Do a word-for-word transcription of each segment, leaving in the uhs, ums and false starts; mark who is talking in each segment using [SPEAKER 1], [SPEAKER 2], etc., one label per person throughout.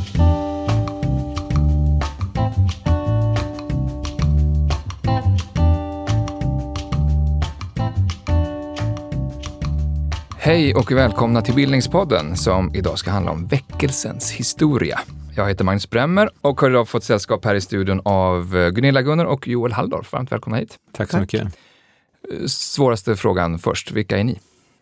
[SPEAKER 1] Hej och välkomna till Bildningspodden som idag ska handla om väckelsens historia. Jag heter Magnus Bremmer och har idag fått sällskap här i studion av Gunilla Gunnar och Joel Halldorf. Varmt välkomna hit.
[SPEAKER 2] Tack så mycket.
[SPEAKER 1] Svåraste frågan först, vilka är ni?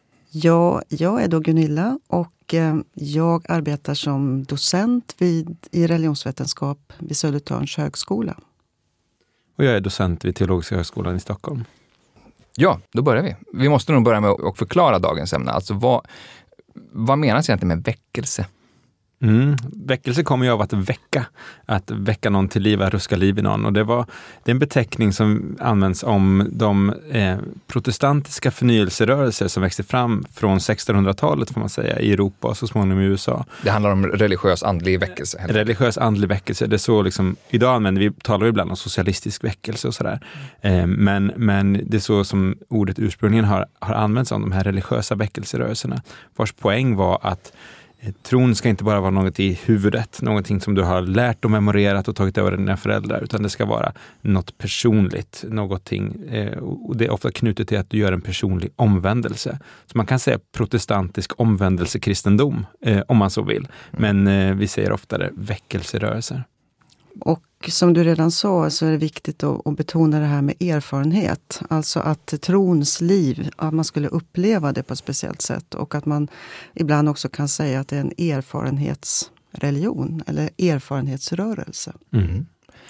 [SPEAKER 3] Ja, jag är då Gunilla och jag arbetar som docent vid, i religionsvetenskap vid Södertörns högskola.
[SPEAKER 2] Och jag är docent vid Teologiska högskolan i Stockholm.
[SPEAKER 1] Ja, då börjar vi. Vi måste nog börja med att förklara dagens ämne. Alltså vad, vad menas egentligen med väckelse?
[SPEAKER 2] Mm. Väckelse kommer ju av att väcka. Att väcka någon till liv, att ruska liv i någon. Och det, var, det är en beteckning som används om de eh, protestantiska förnyelserörelser som växte fram från sextonhundratalet får man säga i Europa och så småningom i U S A.
[SPEAKER 1] Det handlar om religiös andlig väckelse. Eller?
[SPEAKER 2] Religiös andlig väckelse. Det är så liksom, idag använder vi, talar vi ibland om socialistisk väckelse och sådär. Eh, men, men det är så som ordet ursprungligen har, har använts om de här religiösa väckelserörelserna. Vars poäng var att tron ska inte bara vara något i huvudet, någonting som du har lärt och memorerat och tagit över dina föräldrar, utan det ska vara något personligt, någonting, eh, och det är ofta knutet till att du gör en personlig omvändelse. Så man kan säga protestantisk omvändelsekristendom, eh, om man så vill. Men eh, vi säger oftare väckelserörelser.
[SPEAKER 3] Och som du redan sa så är det viktigt att, att betona det här med erfarenhet. Alltså att trons liv, att man skulle uppleva det på ett speciellt sätt. Och att man ibland också kan säga att det är en erfarenhetsreligion eller erfarenhetsrörelse.
[SPEAKER 1] Mm.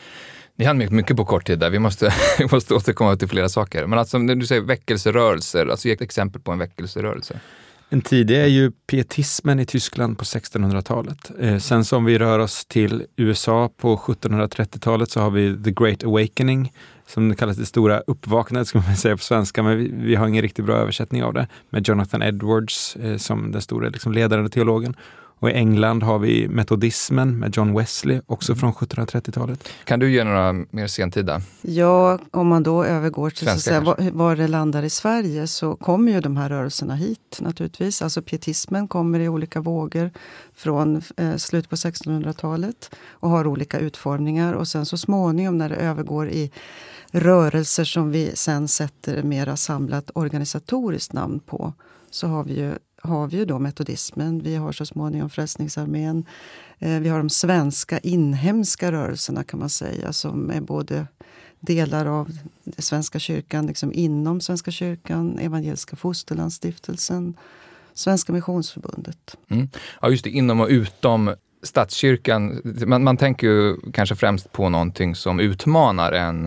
[SPEAKER 1] Ni hann mycket, mycket på kort tid där. Vi måste, vi måste återkomma till flera saker. Men alltså när du säger väckelserörelser, alltså ge ett exempel på en väckelserörelse.
[SPEAKER 2] En tidig är ju pietismen i Tyskland på sextonhundratalet. Eh, sen som vi rör oss till U S A på sjuttonhundratrettiotalet så har vi The Great Awakening, som det kallas det stora uppvaknandet, ska man säga på svenska, men vi, vi har ingen riktigt bra översättning av det, med Jonathan Edwards eh, som den stora liksom, ledaren och teologen. Och i England har vi metodismen med John Wesley, också från sjuttonhundratrettiotalet.
[SPEAKER 1] Kan du ge några mer sentida?
[SPEAKER 3] Ja, om man då övergår till så att säga, var, var det landar i Sverige så kommer ju de här rörelserna hit naturligtvis. Alltså pietismen kommer i olika vågor från eh, slut på sextonhundratalet och har olika utformningar. Och sen så småningom när det övergår i rörelser som vi sen sätter mera samlat organisatoriskt namn på, så har vi ju har vi ju då metodismen, vi har så småningom Frälsningsarmén, eh, vi har de svenska inhemska rörelserna kan man säga, som är både delar av Svenska kyrkan, liksom inom Svenska kyrkan, Evangeliska Fosterlandsstiftelsen, Svenska Missionsförbundet.
[SPEAKER 1] Mm. Ja just det, inom och utom statskyrkan, man, man tänker ju kanske främst på någonting som utmanar en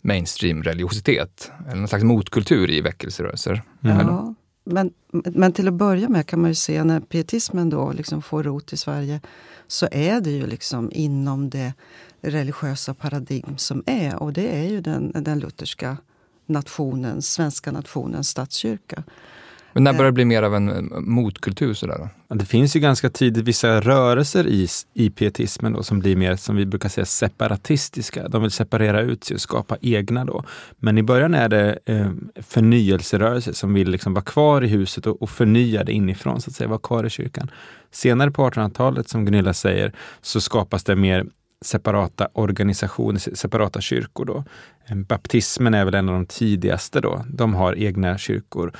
[SPEAKER 1] mainstream-religiositet, eller någon slags motkultur i väckelserörelser.
[SPEAKER 3] Mm.
[SPEAKER 1] Eller?
[SPEAKER 3] Ja. Men, men till att börja med kan man ju se när pietismen då liksom får rot i Sverige, så är det ju liksom inom det religiösa paradigm som är. Och det är ju den, den lutherska nationens, svenska nationens statskyrka.
[SPEAKER 1] Men när börjar det bli mer av en motkultur sådär då?
[SPEAKER 2] Det finns ju ganska tidigt vissa rörelser i, i pietismen då, som blir mer, som vi brukar säga, separatistiska. De vill separera ut sig och skapa egna då. Men i början är det eh, förnyelserörelser som vill liksom vara kvar i huset och, och förnya det inifrån, så att säga, vara kvar i kyrkan. Senare på artonhundratalet, som Gunilla säger, så skapas det mer separata organisationer, separata kyrkor då. Baptismen är väl en av de tidigaste då. De har egna kyrkor.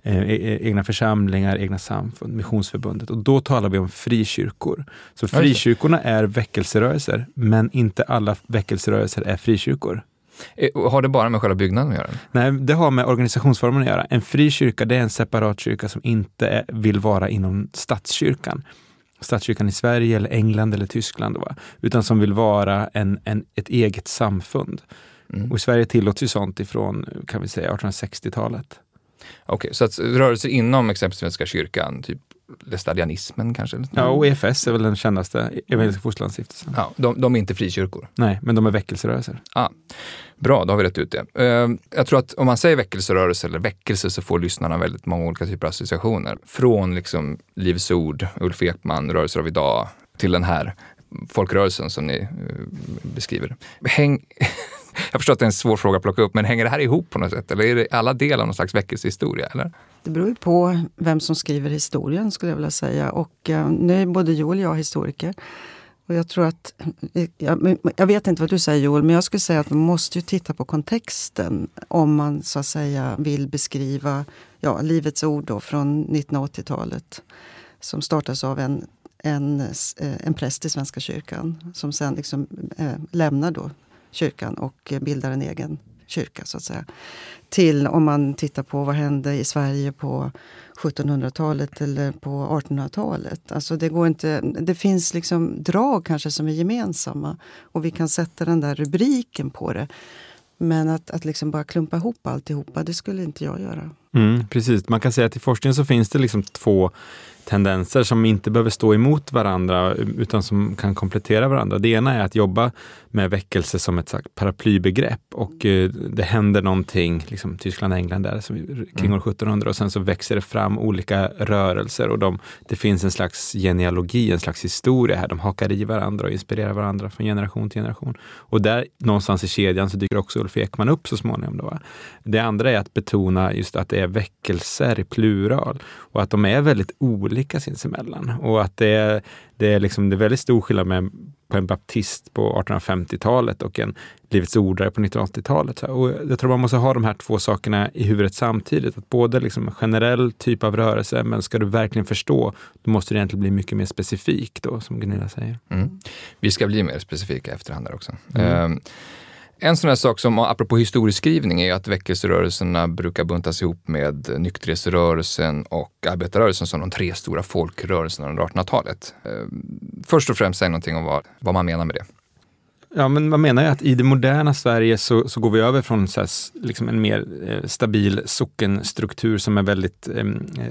[SPEAKER 2] egna församlingar, egna samfund, missionsförbundet. Och då talar vi om frikyrkor. Så frikyrkorna är väckelserörelser, men inte alla väckelserörelser är frikyrkor.
[SPEAKER 1] Har det bara med själva byggnaden att göra?
[SPEAKER 2] Nej, det har med organisationsformen att göra. En frikyrka, det är en separat kyrka som inte är, vill vara inom statskyrkan. Statskyrkan i Sverige eller England eller Tyskland, va? Utan som vill vara en, en, ett eget samfund. Mm. Och i Sverige tillåts ju sånt ifrån, kan vi säga, artonhundrasextiotalet.
[SPEAKER 1] Okej, okay, så att rörelser inom exempelvis Svenska kyrkan, typ lästadianismen kanske?
[SPEAKER 2] Ja, och E F S är väl den kändaste, Evangeliska Fosterlandsstiftelsen.
[SPEAKER 1] Ja, de, de är inte frikyrkor.
[SPEAKER 2] Nej, men de är väckelserörelser.
[SPEAKER 1] Ah, bra, då har vi rätt ut det. Uh, jag tror att om man säger väckelserörelse eller väckelse så får lyssnarna väldigt många olika typer av associationer. Från liksom Livs ord, Ulf Ekman, Rörelser av idag, till den här folkrörelsen som ni uh, beskriver. Häng... Jag förstår att det är en svår fråga att plocka upp, men hänger det här ihop på något sätt? Eller är det alla delar av någon slags väckelsehistoria? Eller?
[SPEAKER 3] Det beror ju på vem som skriver historien, skulle jag vilja säga. Och eh, nu är både Joel och jag historiker. Och jag tror att, jag, jag vet inte vad du säger Joel, men jag skulle säga att man måste ju titta på kontexten om man så att säga vill beskriva ja, Livets ord då från nittonhundraåttiotalet som startas av en, en, en präst i Svenska kyrkan som sen liksom äh, lämnar då kyrkan och bildar en egen kyrka så att säga. Till om man tittar på vad hände i Sverige på sjuttonhundratalet eller på artonhundratalet. Alltså det går inte, det finns liksom drag kanske som är gemensamma och vi kan sätta den där rubriken på det. Men att, att liksom bara klumpa ihop alltihopa, det skulle inte jag göra.
[SPEAKER 2] Mm, precis, man kan säga att i forskningen så finns det liksom två tendenser som inte behöver stå emot varandra utan som kan komplettera varandra. Det ena är att jobba med väckelse som ett slags paraplybegrepp och eh, det händer någonting, liksom Tyskland och England där, som, kring år sjuttonhundra och sen så växer det fram olika rörelser och de, det finns en slags genealogi, en slags historia här. De hakar i varandra och inspirerar varandra från generation till generation. Och där någonstans i kedjan så dyker också Ulf Ekman upp så småningom då. Det andra är att betona just att det är väckelser i plural och att de är väldigt olika sinsemellan och att det är, det är, liksom, det är väldigt stor skillnad med på en baptist på artonhundrafemtiotalet och en Livets ordare på nittonhundraåttiotalet. Och jag tror man måste ha de här två sakerna i huvudet samtidigt. Att både liksom en generell typ av rörelse, men ska du verkligen förstå, då måste det egentligen bli mycket mer specifikt då, som Gunilla säger.
[SPEAKER 1] Mm. Vi ska bli mer specifika efterhand där också. Mm. Um, En sån här sak som, apropå historieskrivning, är att väckelserörelserna brukar buntas ihop med nykterhetsrörelsen och arbetarrörelsen som de tre stora folkrörelserna under artonhundratalet. Först och främst säg någonting om vad, vad man menar med det.
[SPEAKER 2] Ja, men man menar ju att i det moderna Sverige så, så går vi över från så här, liksom en mer eh, stabil sockenstruktur som är väldigt, eh,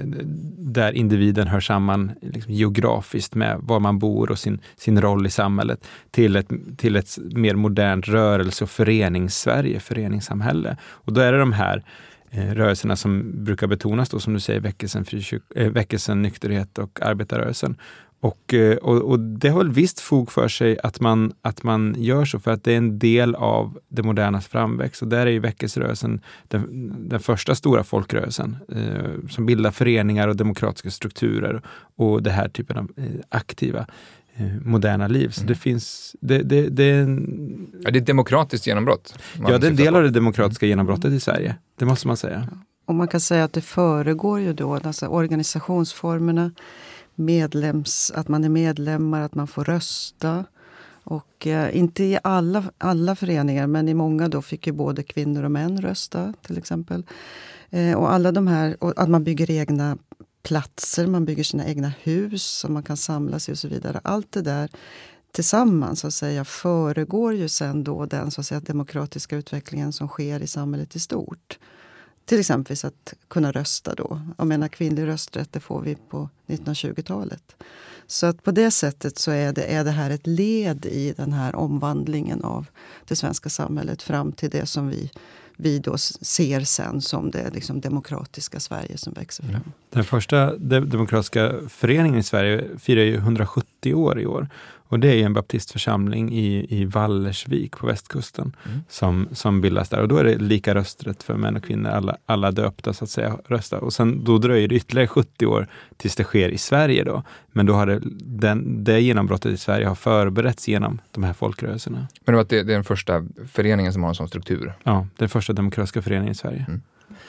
[SPEAKER 2] där individen hör samman liksom, geografiskt med var man bor och sin, sin roll i samhället till ett, till ett mer modernt rörelse- och förenings-Sverige, föreningssamhälle. Och då är det de här eh, rörelserna som brukar betonas då, som du säger, väckelsen, frikyrk, eh, väckelsen, nykterhet och arbetarrörelsen. Och, och, och det har väl visst fog för sig att man, att man gör så för att det är en del av det modernas framväxt. Och där är ju väckelserörelsen den, den första stora folkrörelsen eh, som bildar föreningar och demokratiska strukturer och det här typen av eh, aktiva eh, moderna liv. Så mm. det finns... Det, det, det, är en...
[SPEAKER 1] ja, det är ett demokratiskt genombrott.
[SPEAKER 2] Ja, det är en del av det demokratiska genombrottet i Sverige. Det måste man säga.
[SPEAKER 3] Och man kan säga att det föregår ju då alltså organisationsformerna, medlems, att man är medlemmar, att man får rösta. Och eh, inte i alla, alla föreningar, men i många då fick ju både kvinnor och män rösta till exempel. Eh, och alla de här, och att man bygger egna platser, man bygger sina egna hus som man kan samlas i och så vidare. Allt det där tillsammans så att säga föregår ju sen då den så att säga demokratiska utvecklingen som sker i samhället i stort. Till exempel att kunna rösta då. Jag menar, kvinnlig rösträtt det får vi på nittonhundratjugotalet. Så att på det sättet så är det, är det här ett led i den här omvandlingen av det svenska samhället fram till det som vi, vi då ser sen som det liksom demokratiska Sverige som växer fram. Mm.
[SPEAKER 2] Den första de- demokratiska föreningen i Sverige firar ju hundrasjuttio år i år. Och det är ju en baptistförsamling i, i Vallersvik på västkusten mm. som, som bildas där. Och då är det lika rösträtt för män och kvinnor, alla, alla döpta så att säga rösta. Och sen då dröjer det ytterligare sjuttio år tills det sker i Sverige då. Men då har det, den, det genombrottet i Sverige har förberetts genom de här folkrörelserna.
[SPEAKER 1] Men det, det är den första föreningen som har en sån struktur?
[SPEAKER 2] Ja, den första demokratiska föreningen i Sverige. Mm.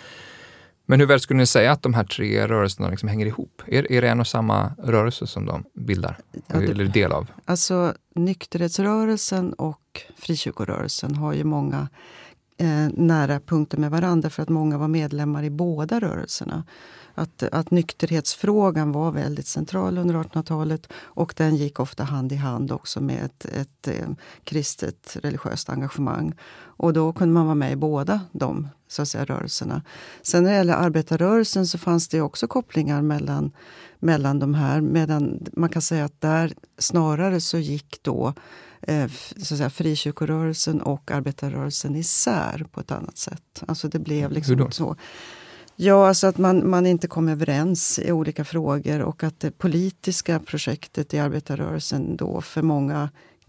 [SPEAKER 1] Men hur väl skulle ni säga att de här tre rörelserna liksom hänger ihop? Är, är det en och samma rörelse som de bildar? Ja, det, eller del av?
[SPEAKER 3] Alltså nykterhetsrörelsen och frikyrkorörelsen har ju många eh, nära punkter med varandra för att många var medlemmar i båda rörelserna. Att, att nykterhetsfrågan var väldigt central under artonhundratalet och den gick ofta hand i hand också med ett, ett eh, kristet religiöst engagemang. Och då kunde man vara med i båda de så att säga, rörelserna. Sen när det gäller arbetarrörelsen så fanns det också kopplingar mellan, mellan de här. Medan man kan säga att där snarare så gick då eh, så att säga, frikyrkorörelsen och arbetarrörelsen isär på ett annat sätt. Alltså det blev liksom så. Ja, alltså att man, man inte kom överens i olika frågor och att det politiska projektet i arbetarrörelsen då för många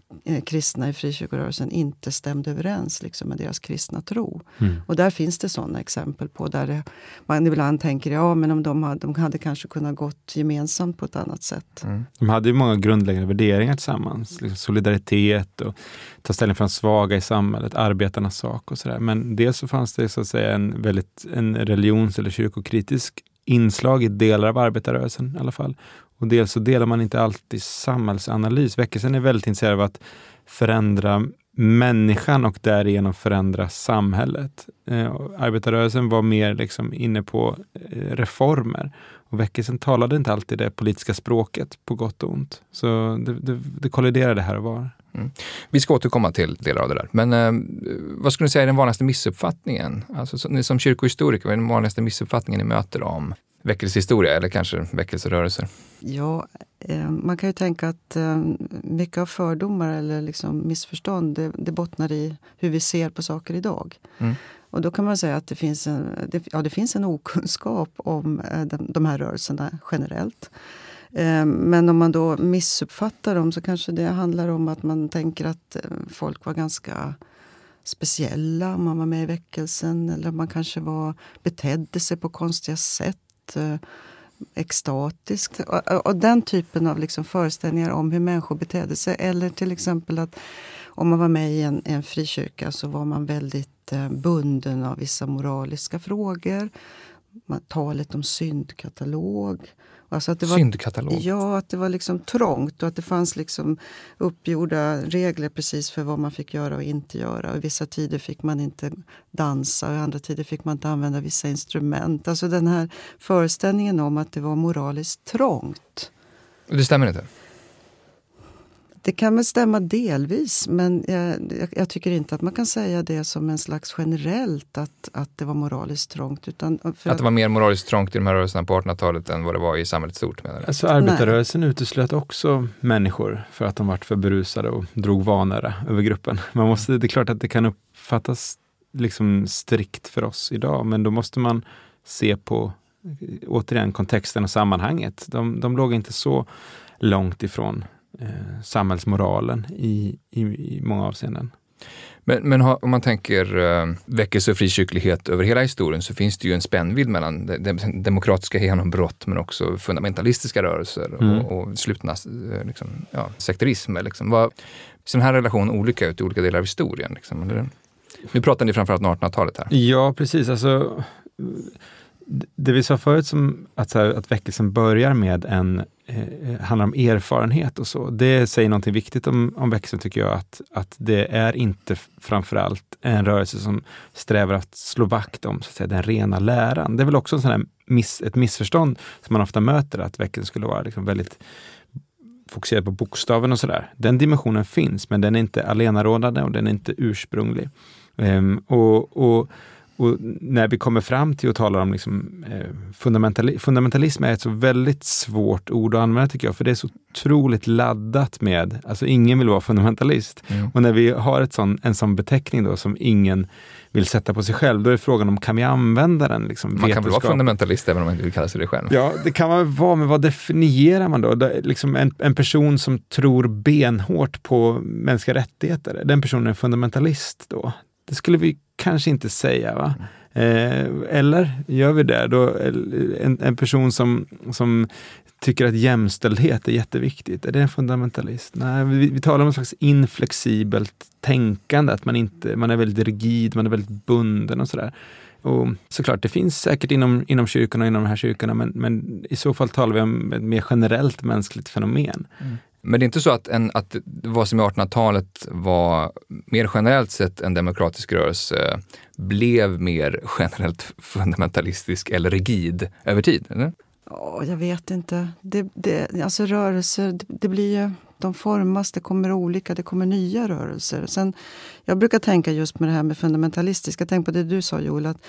[SPEAKER 3] eh, kristna i frikyrkorörelsen inte stämde överens liksom, med deras kristna tro.
[SPEAKER 2] Mm.
[SPEAKER 3] Och där finns det sådana exempel på där det, man ibland tänker ja men om de hade, de hade kanske kunnat gått gemensamt på ett annat sätt.
[SPEAKER 2] Mm. De hade ju många grundläggande värderingar tillsammans. Liksom solidaritet och ta ställning för de svaga i samhället, arbetarnas sak och sådär. Men dels så fanns det så att säga en väldigt en religions- eller kyrkokritisk inslag i delar av arbetarrörelsen i alla fall. Och dels så delar man inte alltid samhällsanalys. Väckelsen är väldigt intresserad av att förändra människan och därigenom förändra samhället. Eh, arbetarrörelsen var mer liksom inne på eh, reformer. Och väckelsen talade inte alltid det politiska språket på gott och ont. Så det, det, det kolliderade här och var.
[SPEAKER 1] Mm. Vi ska återkomma till delar av det där. Men eh, vad skulle du säga är den vanligaste missuppfattningen? Alltså, som, som kyrkohistoriker, vad är den vanligaste missuppfattningen ni möter om väckelsehistoria eller kanske väckelserörelser?
[SPEAKER 3] Ja, eh, man kan ju tänka att eh, mycket av fördomar eller liksom missförstånd det, det bottnar i hur vi ser på saker idag. Mm. Och då kan man säga att det finns en, det, ja, det finns en okunskap om eh, de, de här rörelserna generellt. Eh, men om man då missuppfattar dem så kanske det handlar om att man tänker att eh, folk var ganska speciella om man var med i väckelsen. Eller man kanske var, betedde sig på konstiga sätt. Extatiskt och, och den typen av liksom föreställningar om hur människor betedde sig, eller till exempel att om man var med i en, en frikyrka så var man väldigt eh, bunden av vissa moraliska frågor, man, talet om syndkatalog. Alltså att det var,
[SPEAKER 1] syndkatalog?
[SPEAKER 3] Ja, att det var liksom trångt och att det fanns liksom uppgjorda regler precis för vad man fick göra och inte göra. Och i vissa tider fick man inte dansa och i andra tider fick man inte använda vissa instrument. Alltså den här föreställningen om att det var moraliskt trångt.
[SPEAKER 1] Det stämmer inte?
[SPEAKER 3] Det kan väl stämma delvis, men jag, jag, jag tycker inte att man kan säga det som en slags generellt att, att det var moraliskt trångt. Utan för
[SPEAKER 1] att det var mer moraliskt trångt i de här rörelserna på artonhundratalet än vad det var i samhället stort? Med det.
[SPEAKER 2] Alltså arbetarrörelsen uteslöt också människor för att de var för berusade och drog vanare över gruppen. Man måste, det är klart att det kan uppfattas liksom strikt för oss idag, men då måste man se på återigen kontexten och sammanhanget. De, de låg inte så långt ifrån Eh, samhällsmoralen i, i, i många avseenden.
[SPEAKER 1] Men, men ha, om man tänker eh, väckelse och frikyrklighet över hela historien så finns det ju en spännvidd mellan de, de, demokratiska genombrott men också fundamentalistiska rörelser och, mm. och, och slutna eh, liksom, ja, sekterism. Liksom. Vad, ser den här relationen olika ut i olika delar av historien? Liksom, eller? Nu pratar ni framförallt om artonhundratalet här.
[SPEAKER 2] Ja, precis. Alltså, det vi sa förut som att, så här, att väckelsen börjar med en eh, handlar om erfarenhet och så. Det säger någonting viktigt om, om väckelsen tycker jag, att, att det är inte framförallt en rörelse som strävar att slå vakt om så att säga, den rena läran. Det är väl också en sån här miss, ett missförstånd som man ofta möter, att väckelsen skulle vara liksom väldigt fokuserad på bokstaven och sådär. Den dimensionen finns, men den är inte allenarådande och den är inte ursprunglig. Um, och, och Och när vi kommer fram till att tala om liksom, eh, fundamentali- fundamentalism är ett så väldigt svårt ord att använda tycker jag, för det är så otroligt laddat med, alltså ingen vill vara fundamentalist. Mm. Och när vi har ett sån, en sån beteckning då som ingen vill sätta på sig själv, då är frågan om kan vi använda den? Liksom,
[SPEAKER 1] man kan väl vara fundamentalist även om man inte vill kalla sig det själv?
[SPEAKER 2] Ja, det kan man vara, men vad definierar man då? Det, liksom en, en person som tror benhårt på mänskliga rättigheter, den personen är en fundamentalist då? Det skulle vi kanske inte säga, va? Eh, eller gör vi det? Då, en, en person som, som tycker att jämställdhet är jätteviktigt, är det en fundamentalist? Nej, vi, vi talar om en slags inflexibelt tänkande, att man, inte, man är väldigt rigid, man är väldigt bunden och sådär. Och såklart, det finns säkert inom, inom kyrkorna och inom de här kyrkorna, men, men i så fall talar vi om ett mer generellt mänskligt fenomen. Mm.
[SPEAKER 1] Men det är inte så att, en, att vad som i artonhundratalet var mer generellt sett en demokratisk rörelse blev mer generellt fundamentalistisk eller rigid över tid, eller?
[SPEAKER 3] Ja, jag vet inte. Det, det, alltså rörelser, det, det blir ju, de formas, det kommer olika, det kommer nya rörelser. Sen, jag brukar tänka just med det här med fundamentalistiska, tänk på det du sa Joel, att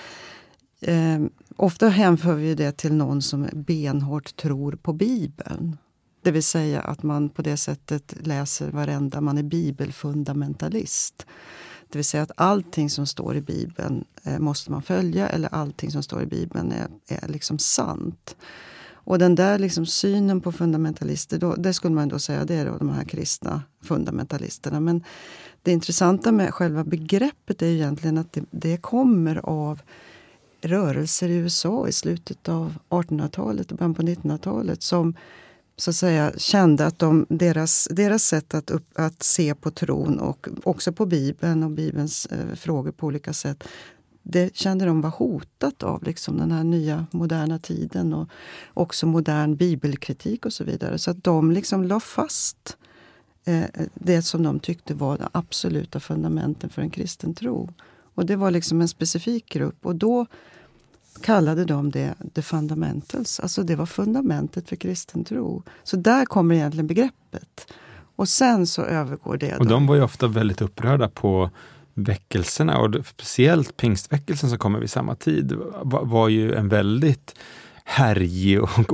[SPEAKER 3] eh, ofta hänför vi det till någon som benhårt tror på Bibeln. Det vill säga att man på det sättet läser varenda, man är bibelfundamentalist. Det vill säga att allting som står i Bibeln eh, måste man följa, eller allting som står i Bibeln är, är liksom sant. Och den där liksom synen på fundamentalister, då, det skulle man då säga, det är då de här kristna fundamentalisterna. Men det intressanta med själva begreppet är egentligen att det, det kommer av rörelser i U S A i slutet av artonhundratalet och början på nittonhundratalet som så att säga kände att de, deras, deras sätt att, upp, att se på tron och också på Bibeln och Bibelns eh, frågor på olika sätt, det kände de var hotat av liksom den här nya moderna tiden och också modern bibelkritik och så vidare. Så att de liksom la fast eh, det som de tyckte var de absoluta fundamenten för en kristen tro. Och det var liksom en specifik grupp och då kallade de det the fundamentals. Alltså det var fundamentet för kristen tro. Så där kommer egentligen begreppet. Och sen så övergår det.
[SPEAKER 2] Och de var ju ofta väldigt upprörda på väckelserna och speciellt pingstväckelsen som kommer vid samma tid var, var ju en väldigt härjig och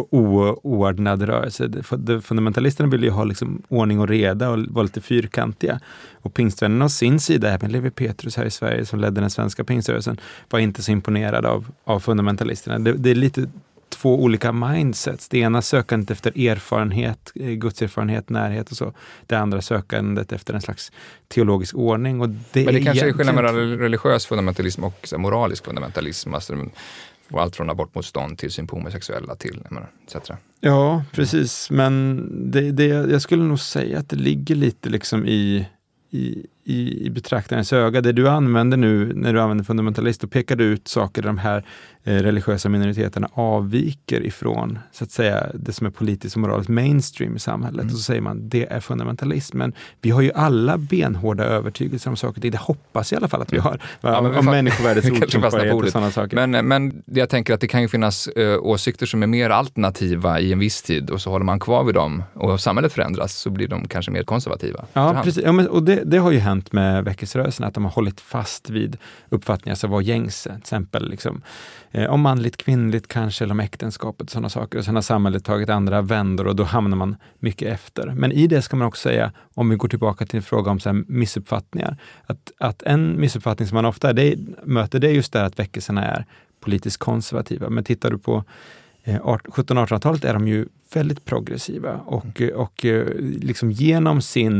[SPEAKER 2] oordnad rörelse. Fundamentalisterna ville ju ha liksom ordning och reda och var lite fyrkantiga. Och pingstvännerna å sin sida, även Levi Petrus här i Sverige som ledde den svenska pingströrelsen, var inte så imponerad av, av fundamentalisterna. Det, det är lite två olika mindsets. Det ena sökandet efter erfarenhet, gudserfarenhet, närhet och så. Det andra sökandet efter en slags teologisk ordning. Och det
[SPEAKER 1] Men det
[SPEAKER 2] är
[SPEAKER 1] kanske är skillnad mellan religiös fundamentalism och moralisk fundamentalism. Alltså, och allt från abortmotstånd till syn på homosexuella till menar, et cetera.
[SPEAKER 2] Ja, precis. Men det, det, jag skulle nog säga att det ligger lite liksom i, i, i, i betraktarens öga. Det du använder nu när du använder fundamentalist, då pekar du ut saker där de här eh, religiösa minoriteterna avviker ifrån så att säga det som är politiskt och moraliskt mainstream i samhället. Mm. Och så säger man, det är fundamentalism. Men vi har ju alla benhårda övertygelser om saker. Det hoppas i alla fall att vi har. Ja, om om människovärdets okränkbarhet och sådana saker.
[SPEAKER 1] Men, men jag tänker att det kan ju finnas ö, åsikter som är mer alternativa i en viss tid och så håller man kvar vid dem och samhället förändras så blir de kanske mer konservativa.
[SPEAKER 2] Ja, precis. Ja, men, och det, det har ju hänt med väckelserörelsen att de har hållit fast vid uppfattningar som var gängse. Till exempel liksom, eh, om manligt, kvinnligt kanske, eller om äktenskapet och sådana saker. Och sen har samhället tagit andra vändor och då hamnar man mycket efter. Men i det ska man också säga, om vi går tillbaka till en fråga om så här, missuppfattningar, att, att en missuppfattning som man ofta det, möter det är just det att väckelserna är politiskt konservativa. Men tittar du på eh, sjuttonhundra-artonhundratalet är de ju väldigt progressiva och, mm. och, och liksom genom sin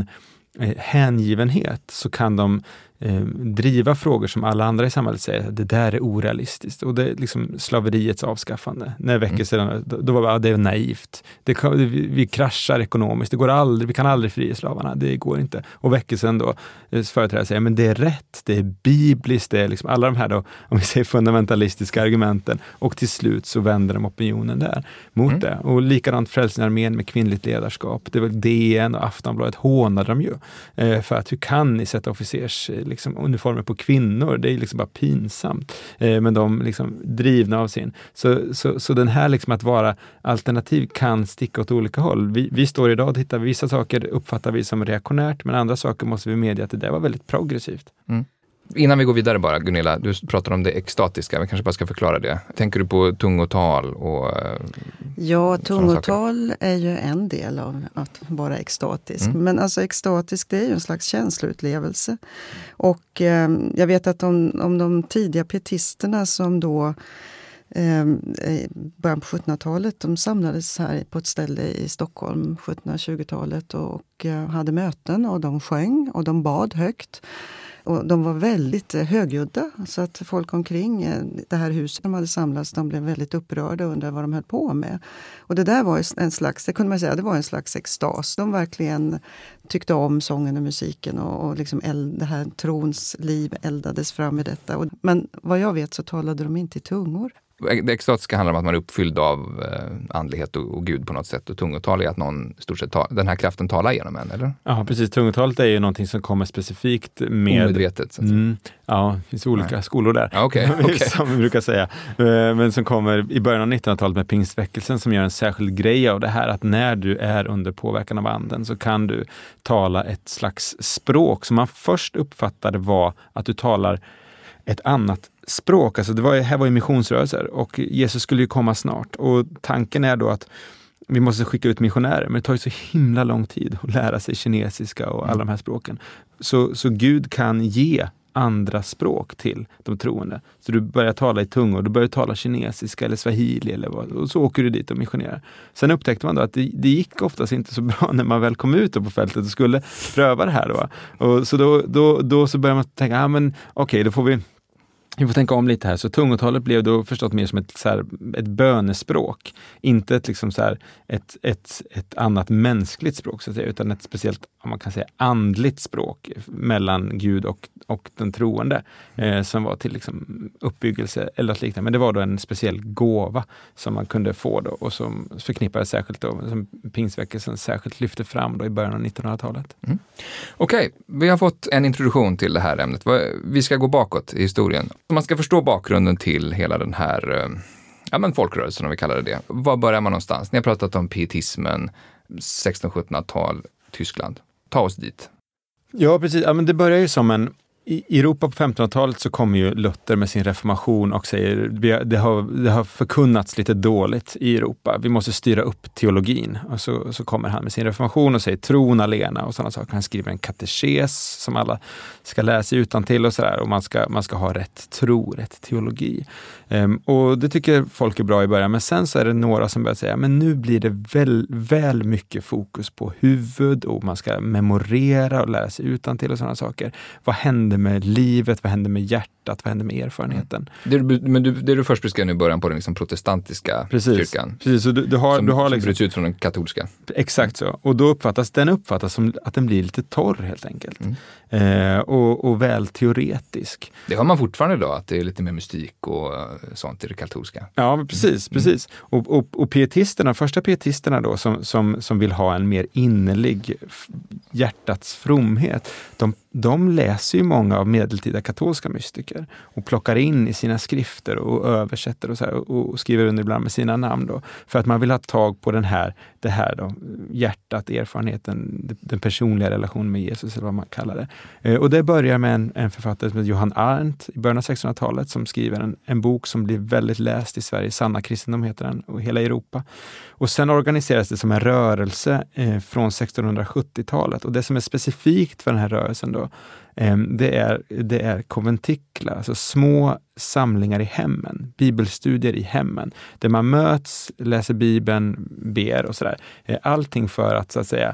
[SPEAKER 2] hängivenhet så kan de eh, driva frågor som alla andra i samhället säger att det där är orealistiskt. Och det är liksom slaveriets avskaffande. När väckelsen, mm. då, då var det, ja, det är naivt. Det, vi, vi kraschar ekonomiskt. Det går aldrig, vi kan aldrig fria slavarna. Det går inte. Och väckelsen då företrädare säger men det är rätt. Det är bibliskt. Det är liksom alla de här då, om vi säger fundamentalistiska argumenten. Och till slut så vänder de opinionen där mot mm. det. Och likadant Frälsningsarmén med kvinnligt ledarskap. Det var D N och Aftonbladet hånade de ju. Eh, för att hur kan ni sätta officers liksom, uniformer på kvinnor? Det är liksom bara pinsamt. Eh, men de liksom drivna av sin. Så, så, så den här liksom att vara alternativ kan sticka åt olika håll. Vi, vi står idag och tittar, vissa saker uppfattar vi som reaktionärt men andra saker måste vi medge att det där var väldigt progressivt.
[SPEAKER 1] Mm. Innan vi går vidare bara, Gunilla, du pratar om det extatiska, vi kanske bara ska förklara det. Tänker du på tungotal och
[SPEAKER 3] ja, tungotal är ju en del av att vara extatisk. Mm. Men alltså extatisk, det är ju en slags känsloutlevelse. Och eh, jag vet att om, om de tidiga pietisterna som då eh, början på sjuttonhundratalet, de samlades här på ett ställe i Stockholm, sjuttonhundratjugotalet och, och eh, hade möten och de sjöng och de bad högt. Och de var väldigt högljudda så att folk omkring det här huset de hade samlats, de blev väldigt upprörda och undrade vad de höll på med. Och det där var en slags, det kunde man säga, det var en slags extas. De verkligen tyckte om sången och musiken och, och liksom eld, det här trons liv eldades fram i detta. Och, men vad jag vet så talade de inte i tungor.
[SPEAKER 1] Det extatiska handlar om att man är uppfylld av eh, andlighet och, och Gud på något sätt. Och tungotal är att någon stort sett ta, den här kraften talar genom en, eller?
[SPEAKER 2] Ja, precis. Tungotalet är ju någonting som kommer specifikt med...
[SPEAKER 1] Omedvetet. Så att
[SPEAKER 2] mm, ja, det finns olika Nej. skolor där.
[SPEAKER 1] Ja, okay, okay.
[SPEAKER 2] Som vi brukar säga. Men som kommer i början av nittonhundratalet med pingstväckelsen som gör en särskild grej av det här. Att när du är under påverkan av anden så kan du tala ett slags språk som man först uppfattade var att du talar ett annat språk. Alltså det var, här var ju missionsrörelser och Jesus skulle ju komma snart. Och tanken är då att vi måste skicka ut missionärer, men det tar ju så himla lång tid att lära sig kinesiska och alla de här språken. Så, så Gud kan ge andra språk till de troende. Så du börjar tala i tungor, du börjar tala kinesiska eller swahili eller vad, och så åker du dit och missionerar. Sen upptäckte man då att det, det gick oftast inte så bra när man väl kom ut på fältet och skulle pröva det här då. Och så då, då, då så börjar man tänka, ja men okej, okay, då får vi Vi får tänka om lite här. Så tungotalet blev då förstås mer som ett, så här, ett bönespråk. Inte ett, liksom så här, ett, ett, ett annat mänskligt språk så att säga, utan ett speciellt, om man kan säga, andligt språk mellan Gud och, och den troende eh, som var till liksom, uppbyggelse eller något liknande. Men det var då en speciell gåva som man kunde få då och som förknippades särskilt då, som Pingstväckelsen särskilt lyfte fram då i början av nittonhundratalet.
[SPEAKER 1] Mm. Okej, okay, vi har fått en introduktion till det här ämnet. Vi ska gå bakåt i historien. Om man ska förstå bakgrunden till hela den här ja, men folkrörelsen, om vi kallar det det. Var börjar man någonstans? Ni har pratat om pietismen, sextonhundra-sjuttonhundratal, Tyskland. Ta oss dit.
[SPEAKER 2] Ja, precis. Ja, men det börjar ju som en... I Europa på femtonhundratalet så kommer ju Luther med sin reformation och säger det har, det har förkunnats lite dåligt i Europa. Vi måste styra upp teologin. Och så, så kommer han med sin reformation och säger tron alena och sådana saker. Han skriver en katekes som alla ska läsa utantill och sådär. Och man ska, man ska ha rätt tro, rätt teologi. Um, och det tycker folk är bra i början. Men sen så är det några som börjar säga men nu blir det väl, väl mycket fokus på huvud och man ska memorera och lära sig utantill och sådana saker. Vad händer med livet, vad händer med hjärtat, vad händer med erfarenheten.
[SPEAKER 1] Mm. Det, men du, det du först beskrev nu i början på den liksom protestantiska
[SPEAKER 2] precis,
[SPEAKER 1] kyrkan.
[SPEAKER 2] Precis, så du, du har,
[SPEAKER 1] som,
[SPEAKER 2] du har
[SPEAKER 1] som
[SPEAKER 2] liksom,
[SPEAKER 1] bryts ut från den katolska.
[SPEAKER 2] Exakt så. Och då uppfattas den uppfattas som att den blir lite torr helt enkelt. Mm. Eh, och, och väl teoretisk.
[SPEAKER 1] Det har man fortfarande idag, att det är lite mer mystik och sånt i det katolska.
[SPEAKER 2] Ja, precis.
[SPEAKER 1] Mm.
[SPEAKER 2] precis. Och, och, och pietisterna, första pietisterna då som, som, som vill ha en mer innerlig hjärtats fromhet, de, de läser ju många av medeltida katolska mystiker och plockar in i sina skrifter och översätter och, så här, och, och skriver under ibland med sina namn då, för att man vill ha tag på den här, det här då, hjärtat, erfarenheten, den personliga relationen med Jesus eller vad man kallar det. Eh, och det börjar med en, en författare som heter Johann Arndt i början av sextonhundratalet som skriver en, en bok som blir väldigt läst i Sverige, Sanna kristendom heter den, och hela Europa. Och sen organiseras det som en rörelse eh, från sextonhundrasjuttiotalet och det som är specifikt för den här rörelsen då, eh, det är, det är konventiklar, alltså små samlingar i hemmen, bibelstudier i hemmen, där man möts, läser Bibeln, ber och sådär. Eh, allting för att så att säga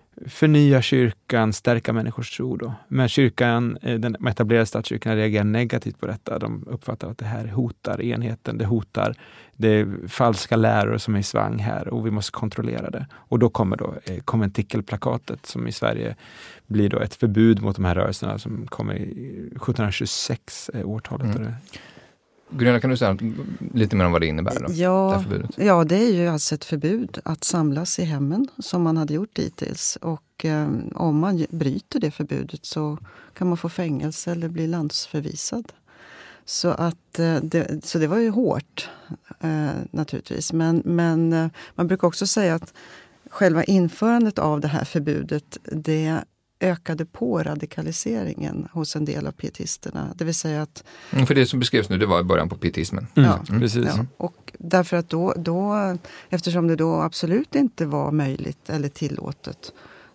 [SPEAKER 2] förnya kyrkan, stärka människors tro då. Men kyrkan, den etablerade statskyrkan reagerar negativt på detta. De uppfattar att det här hotar enheten, det hotar det falska läror som är i svang här och vi måste kontrollera det. Och då kommer då eh, konventikelplakatet som i Sverige blir då ett förbud mot de här rörelserna som kommer i sjuttonhundratjugosex eh, årtalet. Mm.
[SPEAKER 1] Gunilla, kan du säga lite mer om vad det innebär då?
[SPEAKER 3] Ja, det ja, det är ju alltså ett förbud att samlas i hemmen som man hade gjort dittills. Och eh, om man bryter det förbudet så kan man få fängelse eller bli landsförvisad. Så, att, eh, det, så det var ju hårt eh, naturligtvis. Men, men eh, man brukar också säga att själva införandet av det här förbudet, det ökade på radikaliseringen hos en del av pietisterna. Det vill säga att...
[SPEAKER 1] Mm, för det som beskrevs nu, det var i början på pietismen.
[SPEAKER 2] Mm,
[SPEAKER 3] ja,
[SPEAKER 2] mm. precis.
[SPEAKER 3] Ja. Och därför att då, då, eftersom det då absolut inte var möjligt eller tillåtet,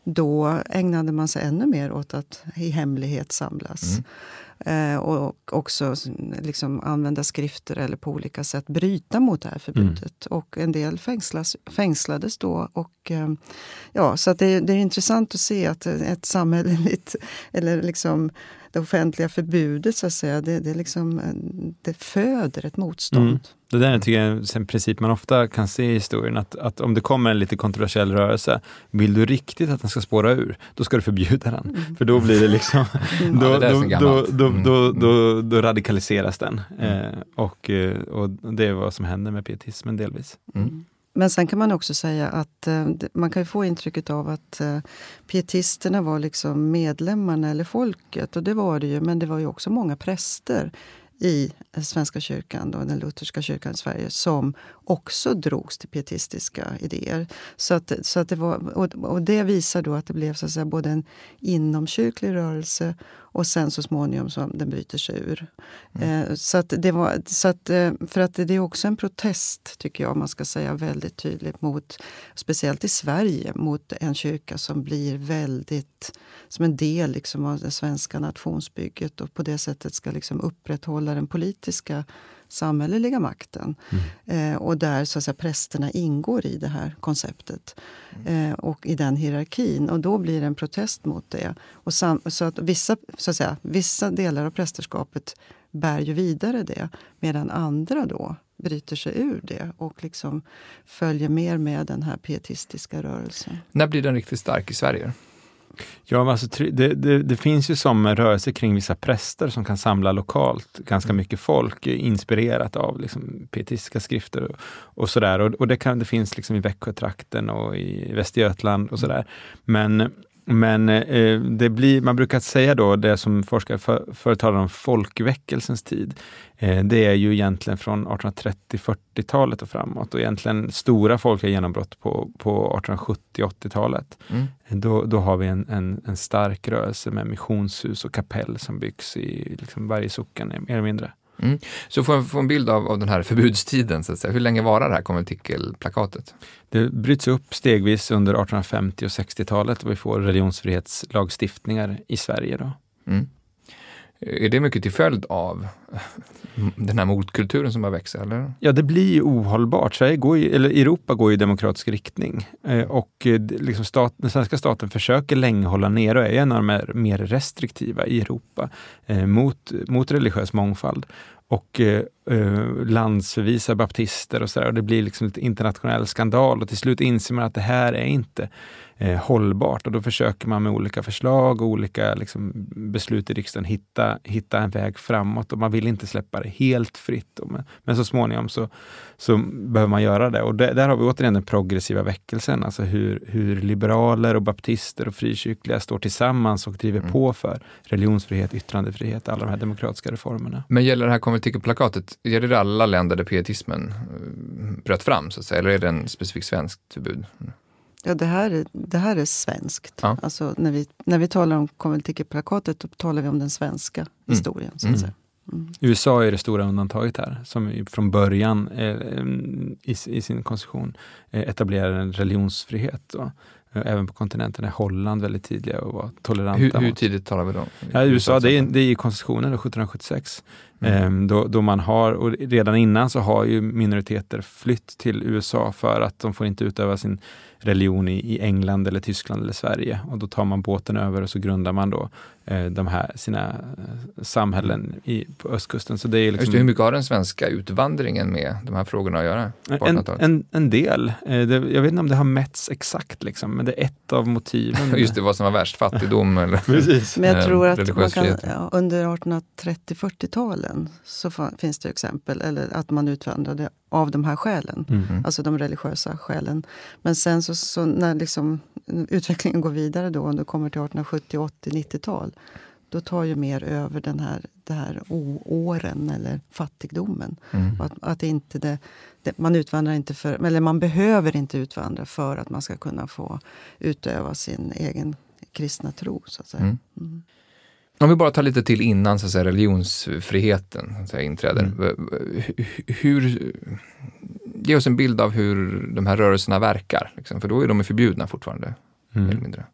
[SPEAKER 3] då ägnade man sig ännu mer åt att i hemlighet samlas. Mm. Eh, och också liksom använda skrifter eller på olika sätt bryta mot det här förbudet. Mm. Och en del fängslas, fängslades då. Och, eh, ja, så att det, det är intressant att se att ett samhälleligt, eller liksom det offentliga förbudet så att säga, det, det, liksom, det föder ett motstånd. Mm.
[SPEAKER 2] Det där tycker jag är en princip man ofta kan se i historien, att, att om det kommer en lite kontroversiell rörelse, vill du riktigt att den ska spåra ur, då ska du förbjuda den. Mm. För då blir det liksom, mm. då, ja, det då, då, då, mm. då, då, då radikaliseras den. Mm. Eh, och, och det är vad som händer med pietismen delvis.
[SPEAKER 3] Mm. Men sen kan man också säga att eh, man kan ju få intrycket av att eh, pietisterna var liksom medlemmarna eller folket, och det var det ju, men det var ju också många präster i Svenska kyrkan, då, den lutherska kyrkan i Sverige, som också drogs till pietistiska idéer. Så att, så att det var, och, och det visar då att det blev så att säga både en inomkyrklig rörelse och sen så småningom så den bryter sig ur. Mm. Eh, så att det var, så att, eh, för att det är också en protest, tycker jag man ska säga väldigt tydligt mot, speciellt i Sverige, mot en kyrka som blir väldigt, som en del liksom av det svenska nationsbygget och på det sättet ska liksom upprätthålla den politiska samhälleliga makten. Mm. Eh, och där så att säga, prästerna ingår i det här konceptet. Mm. Eh, och i den hierarkin. Och då blir det en protest mot det. Och sam, så att vissa, så att säga, vissa delar av prästerskapet bär ju vidare det. Medan andra då bryter sig ur det och liksom följer mer med den här pietistiska rörelsen.
[SPEAKER 1] När blir den riktigt stark i Sverige?
[SPEAKER 2] Ja, alltså, det, det, det finns ju som rörelse kring vissa präster som kan samla lokalt ganska mycket folk, inspirerat av liksom, pietistiska skrifter och, och sådär. Och, och det, kan, det finns liksom i Växjötrakten och i Västergötland och sådär. Men, men eh, det blir, man brukar säga då, det som forskare för, för talar om folkväckelsens tid, eh, det är ju egentligen från artonhundratrettio-fyrtiotalet och framåt. Och egentligen stora folkliga genombrott på, på artonhundrasjuttio-åttiotalet. Mm. Då, då har vi en, en, en stark rörelse med missionshus och kapell som byggs i liksom varje socken, mer eller mindre.
[SPEAKER 1] Mm. Så får jag få en bild av, av den här förbudstiden, så att säga. Hur länge varar det här konventikelplakatet?
[SPEAKER 2] Det bryts upp stegvis under artonhundrafemtio- och sextiotalet och vi får religionsfrihetslagstiftningar i Sverige då. Mm.
[SPEAKER 1] Är det mycket till följd av den här motkulturen som har växt, eller?
[SPEAKER 2] Ja, det blir ju ohållbart. Sverige går ju, eller Europa går i demokratisk riktning. Eh, och liksom stat, den svenska staten försöker länge hålla ner och är en av de mer restriktiva i Europa eh, mot, mot religiös mångfald. Och eh, landsförvisa baptister och sådär. Och det blir liksom ett internationell skandal och till slut inser man att det här är inte eh, hållbart. Och då försöker man med olika förslag och olika liksom, beslut i riksdagen hitta, hitta en väg framåt. Och man vill inte släppa det helt fritt. Och men, men så småningom så, så behöver man göra det. Och det, där har vi återigen den progressiva väckelsen. Alltså hur, hur liberaler och baptister och frikyrkliga står tillsammans och driver mm. på för religionsfrihet, yttrandefrihet, alla de här demokratiska reformerna.
[SPEAKER 1] Men gäller det här konventikelplakatet, gäller det alla länder där pietismen bröt fram, så att säga, eller är det en specifik svensk förbud?
[SPEAKER 3] Ja, det här är, det här är svenskt. Ja. Alltså, när, vi, när vi talar om konventikelplakatet, då talar vi om den svenska mm. historien. Så att
[SPEAKER 2] mm.
[SPEAKER 3] säga. Mm.
[SPEAKER 2] U S A är det stora undantaget här, som från början eh, i, i sin konstitution eh, etablerar en religionsfrihet då. Även på kontinenten är Holland väldigt tidiga och var toleranta.
[SPEAKER 1] Hur, hur tidigt talar vi då?
[SPEAKER 2] Ja, U S A, det är, det är i konstitutionen då, sjuttonhundrasjuttiosex. Mm. Ehm, då, då man har, och redan innan så har ju minoriteter flytt till U S A för att de får inte utöva sin religion i, i England eller Tyskland eller Sverige. Och då tar man båten över och så grundar man då eh, de här sina eh, samhällen i, på östkusten. Så det är liksom,
[SPEAKER 1] Just det, hur mycket har den svenska utvandringen med de här frågorna att göra?
[SPEAKER 2] En, en, en del. Eh, det, jag vet inte om det har mätts exakt liksom, men det är ett av motiven.
[SPEAKER 1] Just det, vad som var värst, fattigdom eller
[SPEAKER 2] Precis.
[SPEAKER 3] Men jag tror att man kan, ja, under artonhundratrettio-fyrtiotalen så finns det exempel, eller att man utvandrade av de här skälen, mm. alltså de religiösa skälen. Men sen så, så när liksom utvecklingen går vidare då, om du kommer till artonhundrasjuttio, åttio, nittiotal, då tar ju mer över den här, det här åren eller fattigdomen. Mm. Att, att inte det, det, man utvandrar inte för, eller man behöver inte utvandra för att man ska kunna få utöva sin egen kristna tro, så att säga. Mm. Mm.
[SPEAKER 1] Om vi bara tar lite till innan så att säga, religionsfriheten så att säga, inträder. Mm. Hur, ge oss en bild av hur de här rörelserna verkar. Liksom, för då är de förbjudna fortfarande. Mm. Eller mindre.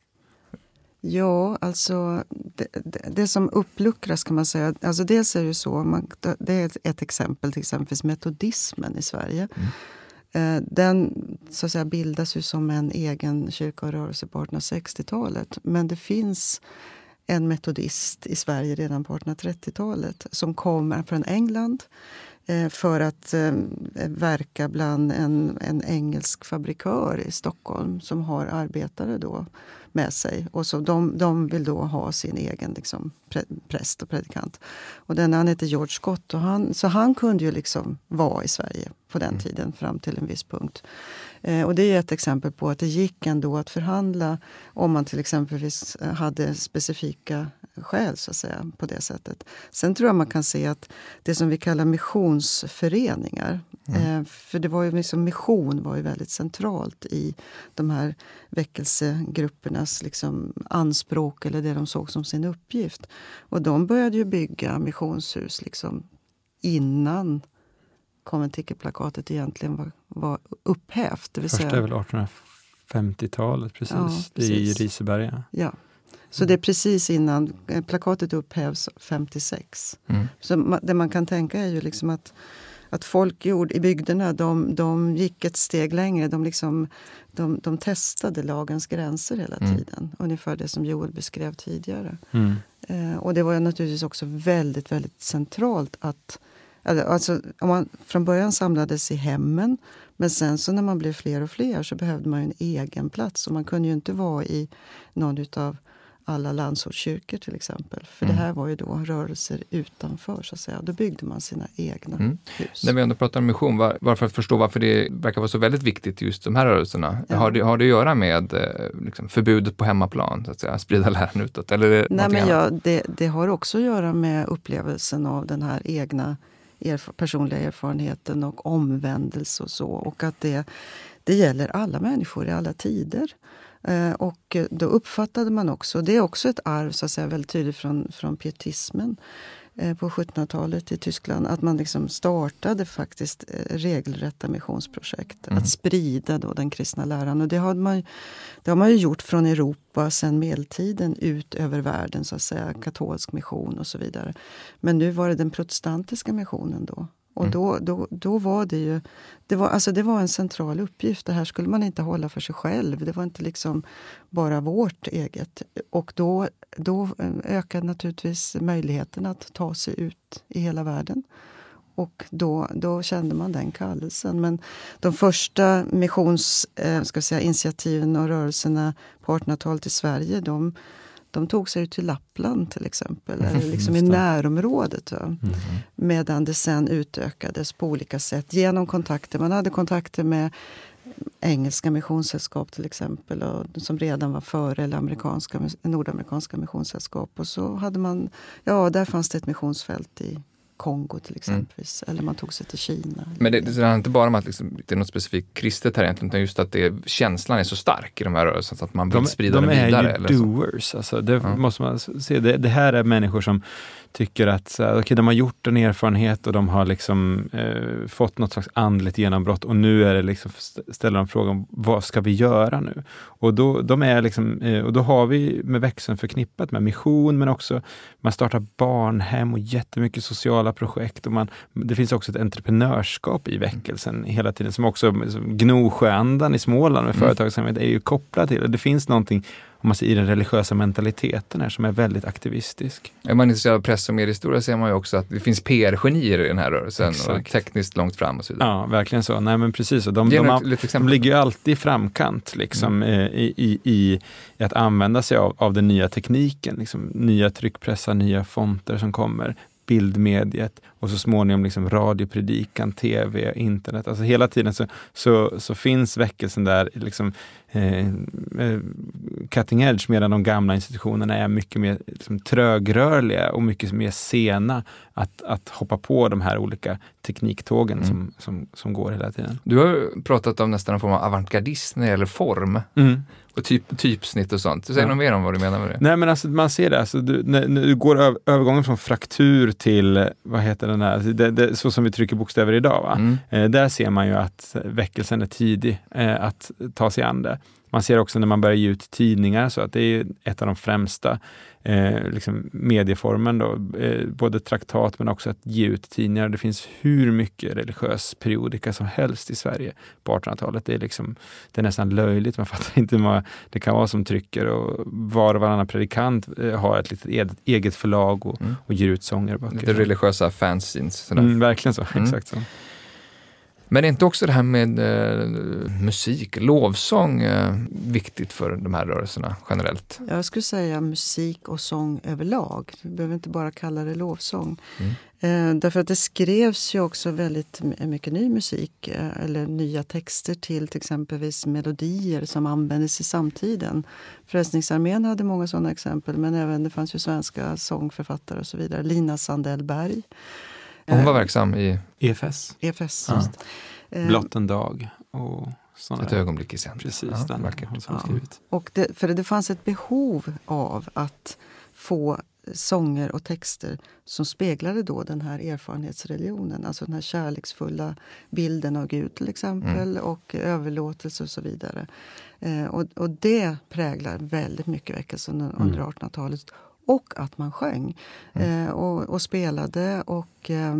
[SPEAKER 3] Ja, alltså det, det, det som uppluckras kan man säga. Alltså dels är det ju så, man, det är ett, ett exempel, till exempel metodismen i Sverige. Mm. Den så att säga, bildas ju som en egen kyrkorörelse på artonhundrasextiotalet. Men det finns en metodist i Sverige redan på artonhundratrettiotalet som kommer från England eh, för att eh, verka bland en, en engelsk fabrikör i Stockholm som har arbetare då med sig. Och så de, de vill då ha sin egen liksom, pre, präst och predikant. Och den han heter George Scott. Och han, så han kunde ju liksom vara i Sverige på den tiden fram till en viss punkt. Eh, och det är ett exempel på att det gick ändå att förhandla om man till exempel hade specifika själ så att säga på det sättet. Sen tror jag man kan se att det som vi kallar missionsföreningar, mm. eh, för det var ju liksom, mission var ju väldigt centralt i de här väckelsegruppernas liksom anspråk eller det de såg som sin uppgift. Och de började ju bygga missionshus liksom innan konventikelplakatet egentligen var, var upphävt. Det vill
[SPEAKER 2] Första
[SPEAKER 3] säga,
[SPEAKER 2] är väl artonhundrafemtiotalet precis,
[SPEAKER 3] ja, precis.
[SPEAKER 2] i Riseberga.
[SPEAKER 3] Ja, så det är precis innan plakatet upphävs femtiosex. Mm. Så ma- det man kan tänka är ju liksom att, att folk gjorde, i bygderna, de, de gick ett steg längre. De, liksom, de, de testade lagens gränser hela tiden. Mm. Ungefär det som Joel beskrev tidigare. Mm. Eh, och det var ju naturligtvis också väldigt, väldigt centralt att Alltså, om man från början samlades i hemmen, men sen så när man blev fler och fler så behövde man ju en egen plats. Och man kunde ju inte vara i någon utav alla landsortskyrkor till exempel. För mm. det här var ju då rörelser utanför så att säga. Då byggde man sina egna mm. hus.
[SPEAKER 1] När vi ändå pratar om mission, var, bara för att förstå varför det verkar vara så väldigt viktigt just de här rörelserna.
[SPEAKER 3] Ja.
[SPEAKER 1] Har, det, har det att göra med liksom, förbudet på hemmaplan, så att säga, sprida läran utåt? Eller
[SPEAKER 3] Nej, men ja, det, det har också att göra med upplevelsen av den här egna Erf- personliga erfarenheten och omvändelse och så. Och att det, det gäller alla människor i alla tider. Eh, och då uppfattade man också, det är också ett arv så att säga, väldigt tydligt från, från pietismen eh, på sjuttonhundratalet i Tyskland. Att man liksom startade faktiskt eh, regelrätta missionsprojekt. Mm. Att sprida då den kristna läran. Och det har man, det har man ju gjort från Europa sedan medeltiden ut över världen så att säga. Katolsk mission och så vidare. Men nu var det den protestantiska missionen då. Och mm. då, då, då var det ju, det var, alltså det var en central uppgift. Det här skulle man inte hålla för sig själv. Det var inte liksom bara vårt eget. Och då, då ökade naturligtvis möjligheten att ta sig ut i hela världen. Och då, då kände man den kallelsen. Men de första missions, eh, ska jag säga, initiativen och rörelserna på artonhundratalet i Sverige, de De tog sig ut till Lappland till exempel, eller liksom i närområdet. Mm. Medan det sen utökades på olika sätt genom kontakter. Man hade kontakter med engelska missionssällskap till exempel, och, som redan var före, eller amerikanska, nordamerikanska missionssällskap. Och så hade man, ja där fanns det ett missionsfält i Kongo till exempelvis. Mm. Eller man tog sig till Kina.
[SPEAKER 1] Men det, det handlar inte bara om att liksom, det är något specifikt kristet här egentligen, utan just att det, känslan är så stark i de här rörelserna så att man vill de, sprida
[SPEAKER 2] de
[SPEAKER 1] den vidare.
[SPEAKER 2] De är ju doers. Alltså, det ja. måste man se. Det, det här är människor som tycker att okay, de har gjort en erfarenhet och de har liksom eh, fått något slags andligt genombrott, och nu är det liksom, ställer de frågan, vad ska vi göra nu? Och då, de är liksom, eh, och då har vi med växeln förknippat med mission, men också man startar barnhem och jättemycket sociala projekt, och man, det finns också ett entreprenörskap i väckelsen hela tiden, som också som Gnosjöandan i Småland med mm. företagsamhet är ju kopplad till. Och det finns någonting, om man ser, i den religiösa mentaliteten här som är väldigt aktivistisk.
[SPEAKER 1] Är man intresserad av press och mediehistoria ser man ju också att det finns P R-genier i den här rörelsen. Exakt. Och tekniskt långt fram och så vidare.
[SPEAKER 2] Ja, verkligen så. Nej, men precis. Och de, de, de, de ligger ju alltid i framkant liksom, mm. i, i, i att använda sig av, av den nya tekniken. Liksom, nya tryckpressar, nya fonter som kommer, bildmediet och så småningom liksom radiopredikan, tv, internet. Alltså hela tiden så, så, så finns väckelsen där liksom, eh, cutting edge, medan de gamla institutionerna är mycket mer liksom, trögrörliga och mycket mer sena att, att hoppa på de här olika tekniktågen mm. som, som, som går hela tiden.
[SPEAKER 1] Du har pratat om nästan en form av avantgardism när det gäller form.
[SPEAKER 2] Mm.
[SPEAKER 1] Och typ, typsnitt och sånt. Du säger ja. något mer om vad du menar med det?
[SPEAKER 2] Nej, men alltså man ser det. Alltså, du, när, när du går över, övergången från fraktur till, vad heter den här, det, det, så som vi trycker bokstäver idag. Va? Mm. Eh, där ser man ju att väckelsen är tidig eh, att ta sig an det. Man ser också när man börjar ge ut tidningar, så att det är ett av de främsta eh, liksom medieformen då, eh, både traktat men också att ge ut tidningar. Det finns hur mycket religiös periodika som helst i Sverige på artonhundratalet. Det är liksom, det är nästan löjligt, man fattar inte vad det kan vara som trycker, och var och varannan predikant eh, har ett litet eget förlag och, mm. och ger ut sånger och böcker.
[SPEAKER 1] Det religiösa fanzines.
[SPEAKER 2] Mm, verkligen så, mm. exakt så.
[SPEAKER 1] Men är inte också det här med eh, musik, lovsång eh, viktigt för de här rörelserna generellt?
[SPEAKER 3] Jag skulle säga musik och sång överlag. Vi behöver inte bara kalla det lovsång. Mm. Eh, därför att det skrevs ju också väldigt mycket ny musik eh, eller nya texter till till exempelvis melodier som användes i samtiden. Frälsningsarmén hade många sådana exempel, men även det fanns ju svenska sångförfattare och så vidare. Lina Sandell-Berg.
[SPEAKER 1] Hon var verksam i
[SPEAKER 2] E F S.
[SPEAKER 3] E F S,
[SPEAKER 2] ja.
[SPEAKER 3] just.
[SPEAKER 2] Blott en dag och sådana.
[SPEAKER 1] Ett ögonblick i sen.
[SPEAKER 2] Precis,
[SPEAKER 1] ja,
[SPEAKER 2] den
[SPEAKER 1] vackert.
[SPEAKER 2] som skrivit.
[SPEAKER 3] Ja. Och det, för det fanns ett behov av att få sånger och texter som speglade då den här erfarenhetsreligionen. Alltså den här kärleksfulla bilden av Gud till exempel mm. och överlåtelse och så vidare. Eh, och, och det präglar väldigt mycket väckelsen mm. under artonhundratalet. Och att man sjöng mm. eh, och, och spelade och, eh,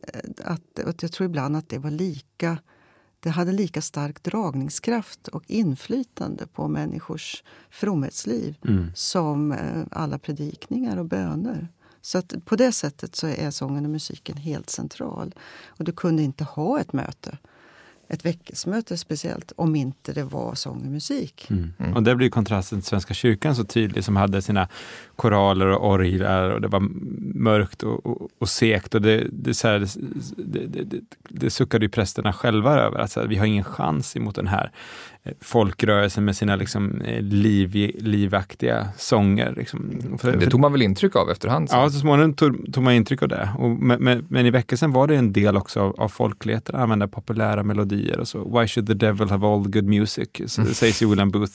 [SPEAKER 3] att, och jag tror ibland att det var lika, det hade lika stark dragningskraft och inflytande på människors fromhetsliv mm. som eh, alla predikningar och böner. Så att på det sättet så är sången och musiken helt central. Och du kunde inte ha ett möte, ett väckelsmöte speciellt, om inte det var sång och musik.
[SPEAKER 2] Mm. Mm. Och där blir kontrasten till Svenska kyrkan så tydlig, som hade sina koraler och orglar och det var mörkt och, och, och sekt och det, det, så här, det, det, det, det suckade ju prästerna själva över att så här, vi har ingen chans emot den här folkrörelsen med sina liksom, liv, livaktiga sånger. Liksom.
[SPEAKER 1] För, det tog man väl intryck av efterhand? Så.
[SPEAKER 2] Ja, så småningom tog, tog man intryck av det. Och, men, men, men i väckelsen var det en del också av, av folkligheten att använda populära melodier och så. Why should the devil have all good music? Så, mm. sägs ju William Booth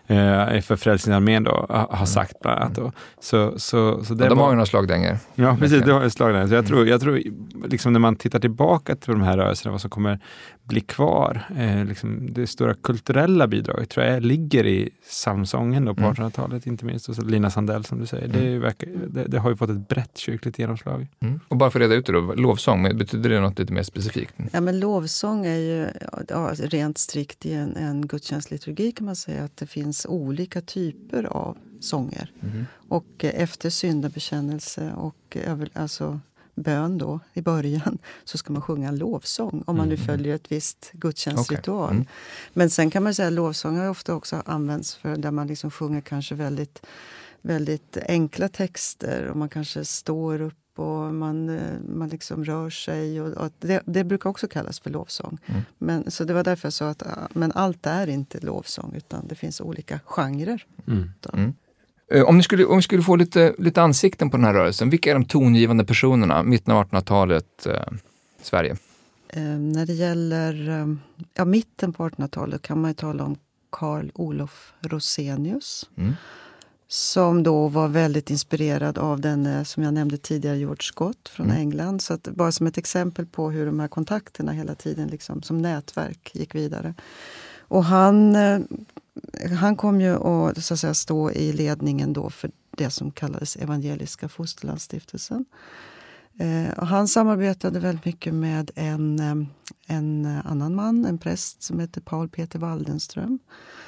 [SPEAKER 2] eh, för Frälsningsarmén då, har sagt bland annat. Då. Så, så, så det
[SPEAKER 1] de
[SPEAKER 2] var,
[SPEAKER 1] har ju några slagdänger.
[SPEAKER 2] Ja, precis. Det har ju slagdänger. Så jag tror, jag tror liksom när man tittar tillbaka till de här rörelserna, vad som kommer bli kvar, eh, liksom det stora kulturella bidraget tror jag ligger i psalmsången då på mm. artonhundratalet, inte minst. Och så Lina Sandell som du säger. Mm. Det, är ju, det, det har ju fått ett brett kyrkligt genomslag.
[SPEAKER 1] Mm. Och bara för att reda ut det då, lovsång, betyder det något lite mer specifikt?
[SPEAKER 3] Ja, men lovsång är ju ja, rent strikt i en, en gudstjänstliturgi kan man säga att det finns olika typer av sånger. Mm. Och efter syndabekännelse och över, alltså bön då i början så ska man sjunga en lovsång om man nu följer ett visst gudstjänstritual. Okay. Mm. Men sen kan man säga att lovsång har ofta också använts för där man liksom sjunger kanske väldigt, väldigt enkla texter och man kanske står upp och man, man liksom rör sig och, och det, det brukar också kallas för lovsång. Mm. Men, så det var därför jag sa att men allt är inte lovsång utan det finns olika genrer. Mm.
[SPEAKER 1] Mm. Om ni skulle, om ni skulle få lite, lite ansikten på den här rörelsen, vilka är de tongivande personerna mitten av artonhundratalet eh, Sverige?
[SPEAKER 3] Eh, när det gäller eh, ja, mitten på artonhundratalet kan man ju tala om Carl Olof Rosenius. Mm. Som då var väldigt inspirerad av den som jag nämnde tidigare, George Scott från mm. England. Så att bara som ett exempel på hur de här kontakterna hela tiden liksom, som nätverk gick vidare. Och han... Eh, Han kom ju att, så att säga, stå i ledningen då för det som kallades Evangeliska Fosterlandsstiftelsen. Eh, och han samarbetade väldigt mycket med en, en annan man, en präst som heter Paul Peter Waldenström.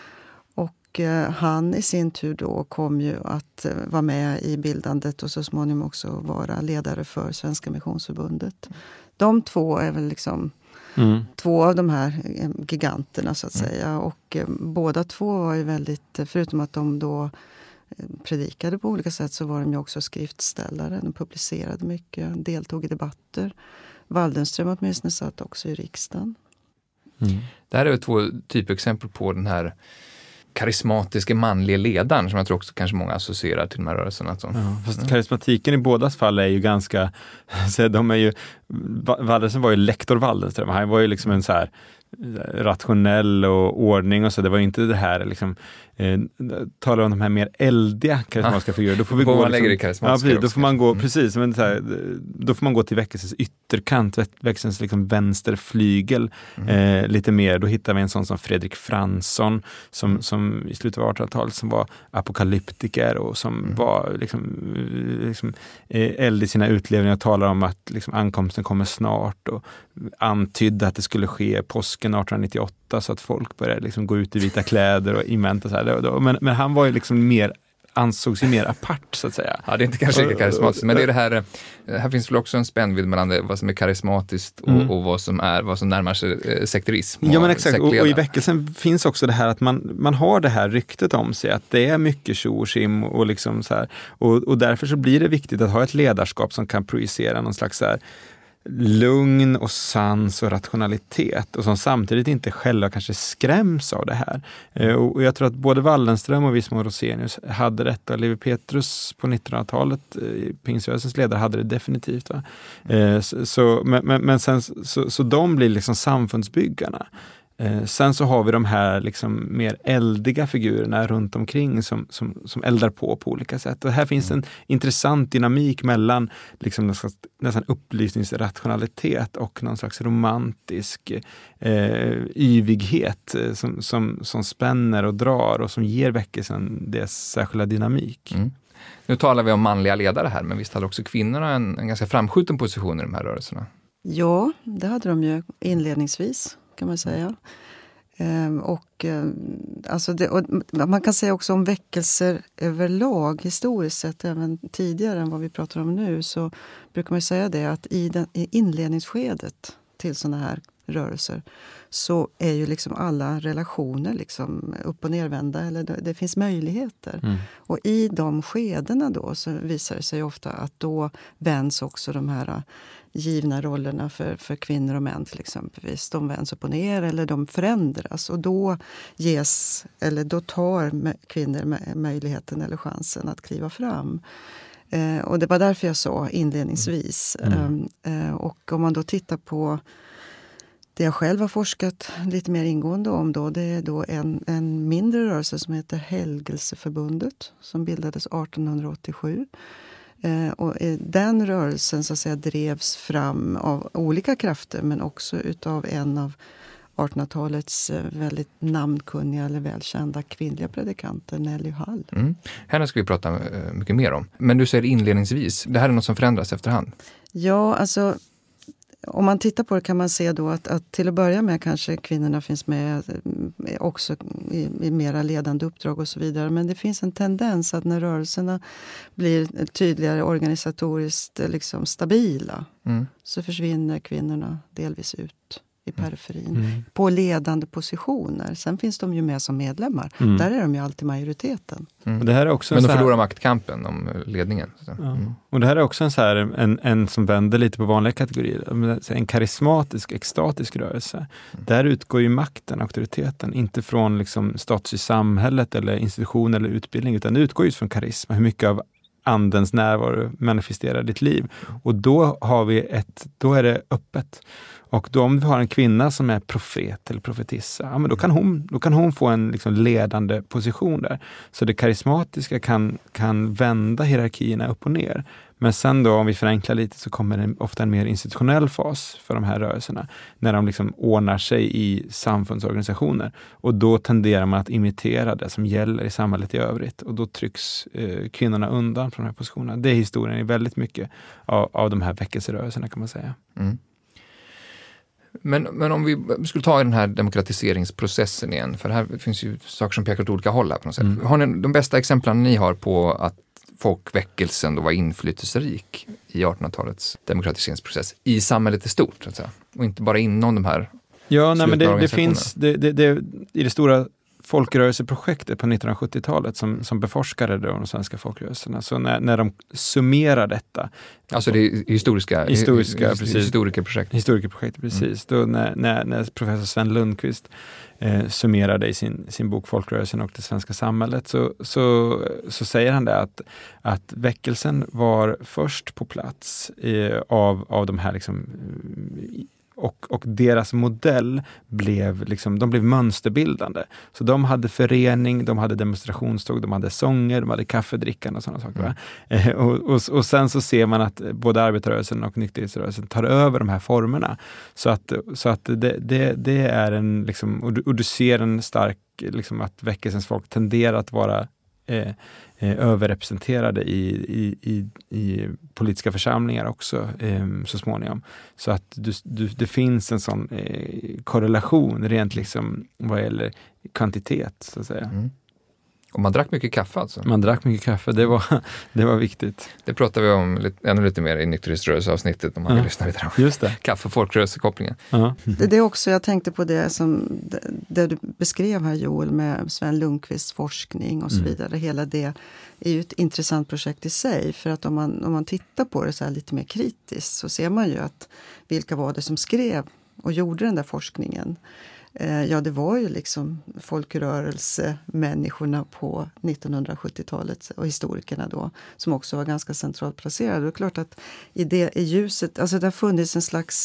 [SPEAKER 3] Och eh, han i sin tur då kom ju att eh, vara med i bildandet och så småningom också vara ledare för Svenska Missionsförbundet. De två är väl liksom... Mm. Två av de här giganterna så att mm. säga och eh, båda två var ju väldigt, förutom att de då eh, predikade på olika sätt så var de ju också skriftställare, de publicerade mycket, deltog i debatter. Waldenström åtminstone satt också i riksdagen.
[SPEAKER 1] Mm. Det här är två typexempel på den här karismatiska manliga ledaren som jag tror också kanske många associerar till de här rörelserna.
[SPEAKER 2] Ja, fast karismatiken i bådas fall är ju ganska, så de är ju, Waldenström var ju lektor Waldenström, han var ju liksom en så här rationell och ordning och så, det var ju inte det här liksom, eh, talar om de här mer eldiga karismatiska ah, figurer, då får vi gå
[SPEAKER 1] man lägger liksom,
[SPEAKER 2] ja, precis, då får man gå, mm. precis, men så här, då får man gå till väckelsens ytterkant, väckelsens liksom vänsterflygel mm. eh, lite mer, då hittar vi en sån som Fredrik Fransson som, som i slutet av artonhundratalet som var apokalyptiker och som mm. var liksom, liksom eh, eld i sina utlevningar och talar om att liksom, ankomsten kommer snart och antydde att det skulle ske påsken artonhundranittioåtta så att folk började liksom gå ut i vita kläder och invänta så här. Men, men han var ju liksom mer ansågs ju mer apart så att säga.
[SPEAKER 1] Ja, det är inte kanske lika karismatiskt, men det är det här, här finns väl också en spännvidd mellan det, vad som är karismatiskt och, mm. och vad som är, vad som närmar sig eh, sekterism.
[SPEAKER 2] Ja, men exakt, och, och i väckelsen finns också det här att man, man har det här ryktet om sig, att det är mycket tjo och tjim och liksom så här, och, och därför så blir det viktigt att ha ett ledarskap som kan projicera någon slags så här lugn och sans och rationalitet och som samtidigt inte själva kanske skräms av det här. Eh, och jag tror att både Wallenström och Wismar Rosenius hade detta. Levi Petrus på nittonhundratalet, eh, Pingströrelsens ledare, hade det definitivt. Va? Eh, så, så, men, men sen, så, så de blir liksom samfundsbyggarna. Eh, sen så har vi de här liksom mer eldiga figurerna runt omkring som, som, som eldar på på olika sätt. Och här finns en intressant dynamik mellan liksom nästan, nästan upplysningsrationalitet och någon slags romantisk eh, yvighet eh, som, som, som spänner och drar och som ger väckelsen dess särskilda dynamik.
[SPEAKER 1] Mm. Nu talar vi om manliga ledare här, men visst hade också kvinnorna en, en ganska framskjuten position i de här rörelserna?
[SPEAKER 3] Ja, det hade de ju inledningsvis, kan man säga. Ehm, och, alltså det, och man kan säga också om väckelser överlag, historiskt sett, även tidigare än vad vi pratar om nu, så brukar man säga det att i, den, i inledningsskedet till såna här rörelser så är ju liksom alla relationer liksom upp- och nervända, eller det, det finns möjligheter. Mm. Och i de skedena då så visar det sig ofta att då vänds också de här givna rollerna för, för kvinnor och män till exempelvis. De vänds upp och ner eller de förändras. Och då ges, eller då tar kvinnor möjligheten eller chansen att kliva fram. Eh, och det var därför jag sa inledningsvis. Mm. Eh, och om man då tittar på det jag själv har forskat lite mer ingående om då, det är då en, en mindre rörelse som heter Helgelseförbundet som bildades artonhundraåttiosju. Eh, och den rörelsen så att säga drevs fram av olika krafter men också utav en av artonhundratalets väldigt namnkunniga eller välkända kvinnliga predikanter, Nelly Hall.
[SPEAKER 1] Mm. Henne ska vi prata mycket mer om. Men du säger inledningsvis, det här är något som förändras efterhand?
[SPEAKER 3] Ja, alltså om man tittar på det kan man se då att, att till att börja med kanske kvinnorna finns med också i, i mera ledande uppdrag och så vidare. Men det finns en tendens att när rörelserna blir tydligare organisatoriskt liksom stabila mm. så försvinner kvinnorna delvis ut i periferin. Mm. På ledande positioner. Sen finns de ju med som medlemmar. Mm. Där är de ju alltid majoriteten.
[SPEAKER 2] Mm. Och det här är också
[SPEAKER 1] Men de
[SPEAKER 2] här...
[SPEAKER 1] förlorar maktkampen om ledningen.
[SPEAKER 2] Ja. Mm. Och det här är också en, så här, en, en som vänder lite på vanliga kategorier. En karismatisk, extatisk rörelse. Mm. Där utgår ju makten, auktoriteten. Inte från liksom, status i samhället eller institution eller utbildning. Utan det utgår ju från karisma. Hur mycket av andens närvaro manifesterar ditt liv. Och då har vi ett, då är det öppet. Och då om vi har en kvinna som är profet eller profetissa, ja, men då kan hon, då kan hon få en liksom ledande position där. Så det karismatiska kan, kan vända hierarkierna upp och ner. Men sen då, om vi förenklar lite, så kommer det ofta en mer institutionell fas för de här rörelserna. När de liksom ordnar sig i samfundsorganisationer. Och då tenderar man att imitera det som gäller i samhället i övrigt. Och då trycks eh, kvinnorna undan från de här positionerna. Det är historien i väldigt mycket av, av de här väckelserörelserna, kan man säga.
[SPEAKER 1] Mm. Men, men om vi skulle ta den här demokratiseringsprocessen igen, för här finns ju saker som pekar åt olika håll här på något sätt. Mm. Har ni de bästa exemplen ni har på att folkväckelsen då var inflytelserik i artonhundratalets demokratiseringsprocess i samhället i stort, så att säga, och inte bara inom de här
[SPEAKER 2] Ja, nej, men det, det finns det, det, det, i det stora folkrörelseprojektet på nittonhundrasjuttiotalet som, som beforskade då de svenska folkrörelserna. Så när, när de summerar detta.
[SPEAKER 1] Alltså det historiska,
[SPEAKER 2] historiska
[SPEAKER 1] his,
[SPEAKER 2] precis,
[SPEAKER 1] historikerprojektet.
[SPEAKER 2] Historikerprojektet, precis. Mm. Då när, när, när professor Sven Lundqvist eh, summerade i sin, sin bok Folkrörelsen och det svenska samhället så, så, så säger han det att, att väckelsen var först på plats eh, av, av de här liksom Och, och deras modell blev, liksom, de blev mönsterbildande. Så de hade förening, de hade demonstrationståg, de hade sånger, de hade kaffedrickan och sådana saker. Mm. Eh, och, och, och sen så ser man att både arbetarrörelsen och nykterhetsrörelsen tar över de här formerna. Så att, så att det, det, det är en, liksom, och, du, och du ser en stark, liksom, att väckelsens folk tenderar att vara eh, överrepresenterade i, i, i, i politiska församlingar också eh, så småningom. Så att du, du, det finns en sån eh, korrelation rent liksom vad gäller kvantitet, så att säga. Mm.
[SPEAKER 1] Och man drack mycket kaffe alltså?
[SPEAKER 2] Man drack mycket kaffe, det var, det var viktigt.
[SPEAKER 1] Det pratar vi om lite, ännu lite mer i nykterhetsrörelseavsnittet om man vill ja. lyssna vidare.
[SPEAKER 2] Just det.
[SPEAKER 1] Kaffe- och folkrörelsekopplingen.
[SPEAKER 2] Ja.
[SPEAKER 3] Det, det är också, jag tänkte på det som det, det du beskrev här Joel med Sven Lundqvists forskning och så mm. vidare. Hela det är ju ett intressant projekt i sig. För att om man, om man tittar på det så här lite mer kritiskt så ser man ju att vilka var det som skrev och gjorde den där forskningen. Ja, det var ju liksom folkrörelsemänniskorna på nittonhundrasjuttiotalet och historikerna då, som också var ganska centralt placerade. Det är klart att i det i ljuset, alltså det har funnits en slags,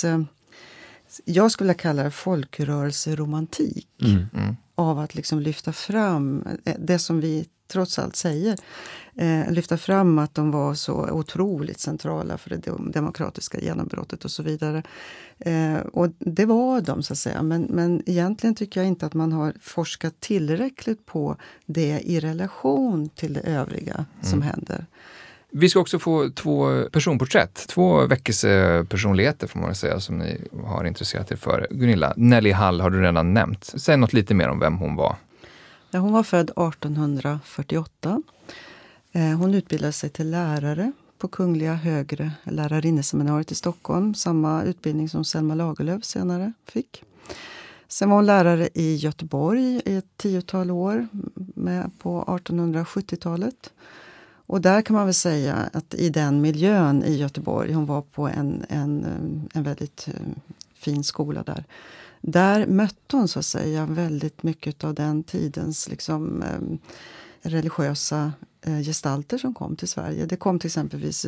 [SPEAKER 3] jag skulle kalla det folkrörelseromantik
[SPEAKER 2] mm. Mm.
[SPEAKER 3] av att liksom lyfta fram det som vi trots allt säger, eh, lyfta fram att de var så otroligt centrala för det demokratiska genombrottet och så vidare. Eh, och det var de så att säga, men, men egentligen tycker jag inte att man har forskat tillräckligt på det i relation till det övriga mm. som händer.
[SPEAKER 1] Vi ska också få två personporträtt, två väckelsepersonligheter får man säga som ni har intresserat er för. Gunilla, Nelly Hall har du redan nämnt. Säg något lite mer om vem hon var.
[SPEAKER 3] Ja, hon var född arton fyrtioåtta. Eh, hon utbildade sig till lärare på Kungliga högre lärarinneseminariet i Stockholm. Samma utbildning som Selma Lagerlöf senare fick. Sen var hon lärare i Göteborg i ett tiotal år med på artonhundrasjuttiotalet. Och där kan man väl säga att i den miljön i Göteborg, hon var på en, en, en väldigt fin skola där. Där mötte hon så att säga väldigt mycket av den tidens liksom, eh, religiösa eh, gestalter som kom till Sverige. Det kom till exempelvis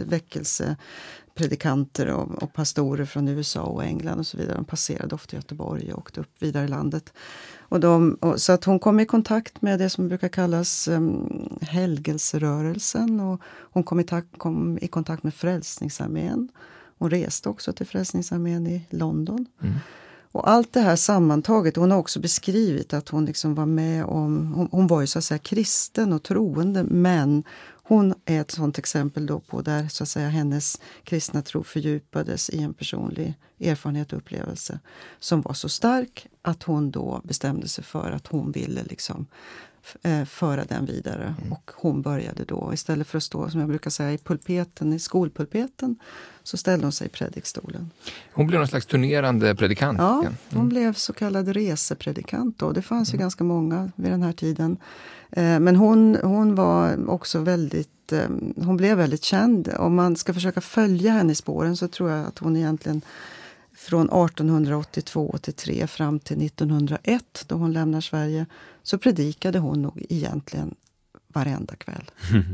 [SPEAKER 3] väckelsepredikanter och, och pastorer från U S A och England och så vidare. De passerade ofta Göteborg och åkte upp vidare i landet. Och de, och, så att hon kom i kontakt med det som brukar kallas um, helgelserörelsen. Och hon kom i, kom i kontakt med Frälsningsarmén. Hon reste också till Frälsningsarmén i London. Mm. Och allt det här sammantaget, hon har också beskrivit att hon liksom var med om, hon, hon var ju så att säga kristen och troende, men hon är ett sådant exempel då på där så att säga hennes kristna tro fördjupades i en personlig erfarenhet och upplevelse som var så stark att hon då bestämde sig för att hon ville liksom föra den vidare. Mm. Och hon började då, istället för att stå som jag brukar säga i pulpeten, i skolpulpeten, så ställde hon sig i predikstolen.
[SPEAKER 1] Hon blev någon slags turnerande predikant.
[SPEAKER 3] Ja, mm. hon blev så kallad resepredikant då. Det fanns mm. ju ganska många vid den här tiden. Eh, men hon, hon var också väldigt, eh, hon blev väldigt känd. Om man ska försöka följa henne i spåren så tror jag att hon egentligen från artonhundraåttiotvå till tre fram till nittonhundraett då hon lämnar Sverige så predikade hon nog egentligen varenda kväll.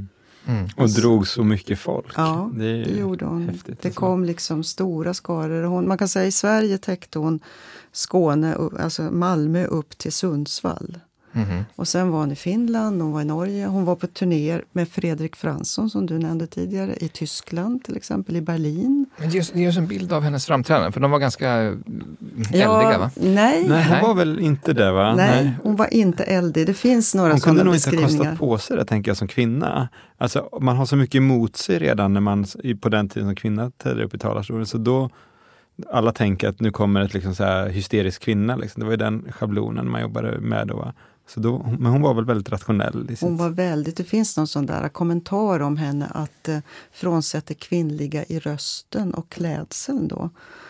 [SPEAKER 2] Mm. Och drog så mycket folk.
[SPEAKER 3] Ja, det, det gjorde hon.
[SPEAKER 2] Häftigt,
[SPEAKER 3] det kom liksom stora skaror. Hon, man kan säga i Sverige täckte hon Skåne, alltså Malmö upp till Sundsvall. Mm. Och sen var hon i Finland, hon var i Norge. Hon var på turnéer med Fredrik Fransson som du nämnde tidigare. I Tyskland till exempel, i Berlin.
[SPEAKER 1] Men det är ju en bild av hennes framträdande, för de var ganska eldiga
[SPEAKER 3] ja,
[SPEAKER 1] va?
[SPEAKER 3] Nej.
[SPEAKER 2] nej, hon var väl inte det va?
[SPEAKER 3] Nej, nej. Hon var inte eldig. Det finns några sådana beskrivningar. Hon kunde nog inte
[SPEAKER 2] ha kostat på sig det, tänker jag, som kvinna. Alltså, man har så mycket emot sig redan när man på den tiden som kvinna trädde upp i talarstolen. Så då alla tänker att nu kommer ett liksom så här hysterisk kvinna. Liksom. Det var ju den schablonen man jobbade med då va? Så då, men hon var väl väldigt rationell. I sitt...
[SPEAKER 3] Hon var väldigt, det finns någon sån där kommentar om henne att eh, frånsett det kvinnliga i rösten och klädseln då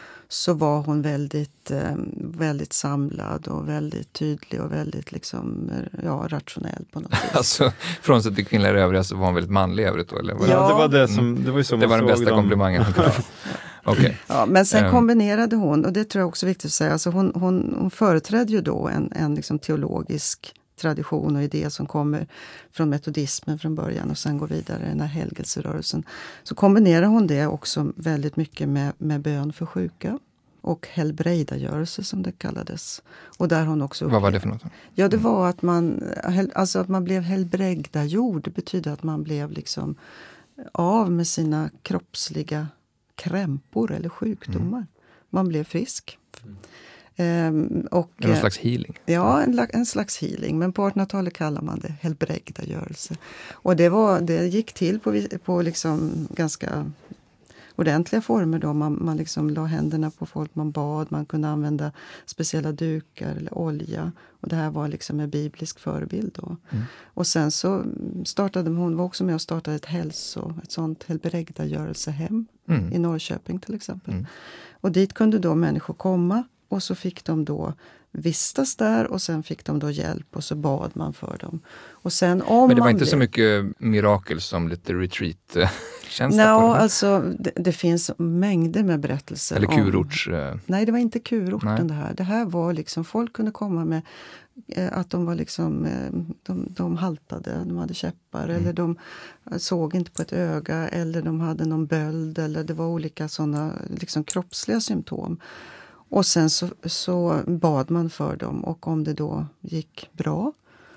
[SPEAKER 3] så var hon väldigt, eh, väldigt samlad och väldigt tydlig och väldigt liksom, ja, rationell på något vis.
[SPEAKER 1] Alltså, frånsett det kvinnliga i övriga så var hon väldigt manlig i övrigt då? Eller var
[SPEAKER 2] ja, det? det var det som, det var ju som
[SPEAKER 1] det var den bästa dem. komplimangen. Okay.
[SPEAKER 3] Ja, men sen kombinerade hon, och det tror jag också är viktigt att säga, alltså hon, hon, hon företrädde ju då en, en liksom teologisk tradition och idé som kommer från metodismen från början och sen går vidare i den här helgelserörelsen. Så kombinerar hon det också väldigt mycket med, med bön för sjuka och helbrägdagörelse som det kallades. Och där hon också
[SPEAKER 1] Vad var det för något?
[SPEAKER 3] Ja, det var att man, alltså att man blev helbrägdagjord. Det betyder att man blev liksom av med sina kroppsliga krämpor eller sjukdomar. Mm. Man blev frisk. Mm. Um, och,
[SPEAKER 1] är det någon slags healing?
[SPEAKER 3] Ja, en, en slags healing. Men på artonhundratalet kallar man det helbrägdagörelse. Och det, var, det gick till på, på liksom ganska ordentliga former då. Man, man liksom la händerna på folk, man bad, man kunde använda speciella dukar eller olja. Och det här var liksom en biblisk förebild då. Mm. Och sen så startade hon, var också med och startade ett hälso, ett sånt helbrägdagörelsehem mm. i Norrköping till exempel. Mm. Och dit kunde då människor komma och så fick de då vistas där och sen fick de då hjälp och så bad man för dem. Och sen om
[SPEAKER 1] Men det var
[SPEAKER 3] man
[SPEAKER 1] inte
[SPEAKER 3] blev...
[SPEAKER 1] så mycket mirakel som lite retreat-känsla
[SPEAKER 3] no,
[SPEAKER 1] på det?
[SPEAKER 3] alltså det, det finns mängder med berättelser.
[SPEAKER 1] Eller kurorts...
[SPEAKER 3] Om... Nej, det var inte kurorten
[SPEAKER 1] Nej.
[SPEAKER 3] det här. Det här var liksom, folk kunde komma med eh, att de var liksom, eh, de, de haltade, de hade käppar mm. eller de såg inte på ett öga eller de hade någon böld eller det var olika sådana liksom kroppsliga symptom. Och sen så, så bad man för dem och om det då gick bra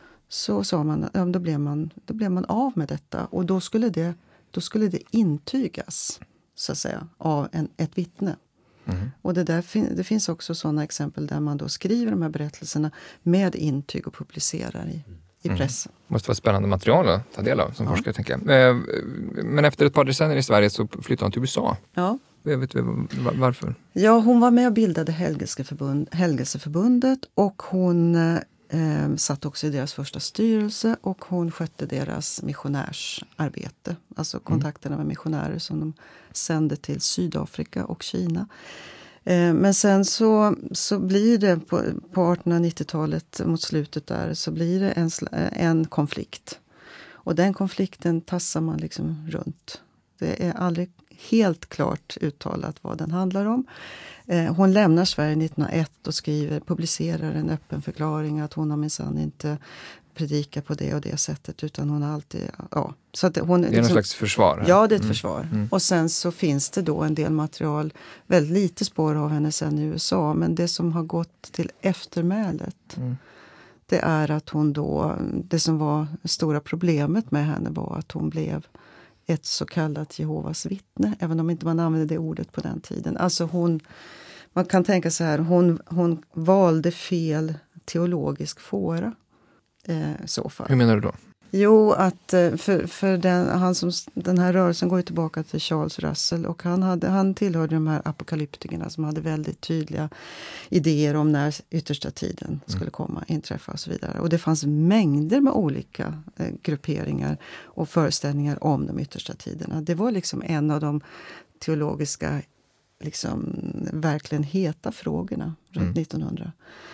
[SPEAKER 3] så sa man, ja, då, blev man, då blev man av med detta. Och då skulle det, då skulle det intygas så att säga, av en, ett vittne. Mm. Och det, där, det finns också sådana exempel där man då skriver de här berättelserna med intyg och publicerar i, i pressen.
[SPEAKER 1] Mm. Måste vara spännande material att ta del av som ja. forskare tänker jag. Men efter ett par decennier i Sverige så flyttade hon till U S A.
[SPEAKER 3] Ja.
[SPEAKER 1] Jag vet varför?
[SPEAKER 3] Ja, hon var med och bildade Helgelseförbund, Helgelseförbundet och hon eh, satt också i deras första styrelse och hon skötte deras missionärsarbete. Alltså kontakterna mm. med missionärer som de sände till Sydafrika och Kina. Eh, men sen så, så blir det på, på artonhundranittiotalet mot slutet där så blir det en, en konflikt. Och den konflikten tassar man liksom runt. Det är aldrig helt klart uttalat vad den handlar om. Eh, hon lämnar Sverige nittonhundraett och skriver, publicerar en öppen förklaring att hon har minsann inte predikat på det och det sättet utan hon har alltid... Ja, så att hon,
[SPEAKER 1] det är
[SPEAKER 3] liksom,
[SPEAKER 1] någon slags försvar. Här.
[SPEAKER 3] Ja, det är ett
[SPEAKER 1] mm.
[SPEAKER 3] försvar.
[SPEAKER 1] Mm.
[SPEAKER 3] Och sen så finns det då en del material, väldigt lite spår av henne sen i U S A, men det som har gått till eftermälet mm. det är att hon då, det som var det stora problemet med henne var att hon blev ett så kallat Jehovas vittne, även om inte man använde det ordet på den tiden. Alltså hon, man kan tänka så här, hon, hon valde fel teologisk fåra eh, i så fall.
[SPEAKER 1] Hur menar du då?
[SPEAKER 3] Jo, att för, för den, han som, den här rörelsen går ju tillbaka till Charles Russell och han, hade, han tillhörde de här apokalyptikerna som hade väldigt tydliga idéer om när yttersta tiden skulle komma, inträffa och så vidare. Och det fanns mängder med olika eh, grupperingar och föreställningar om de yttersta tiderna. Det var liksom en av de teologiska liksom verkligen heta frågorna runt mm. nittonhundra.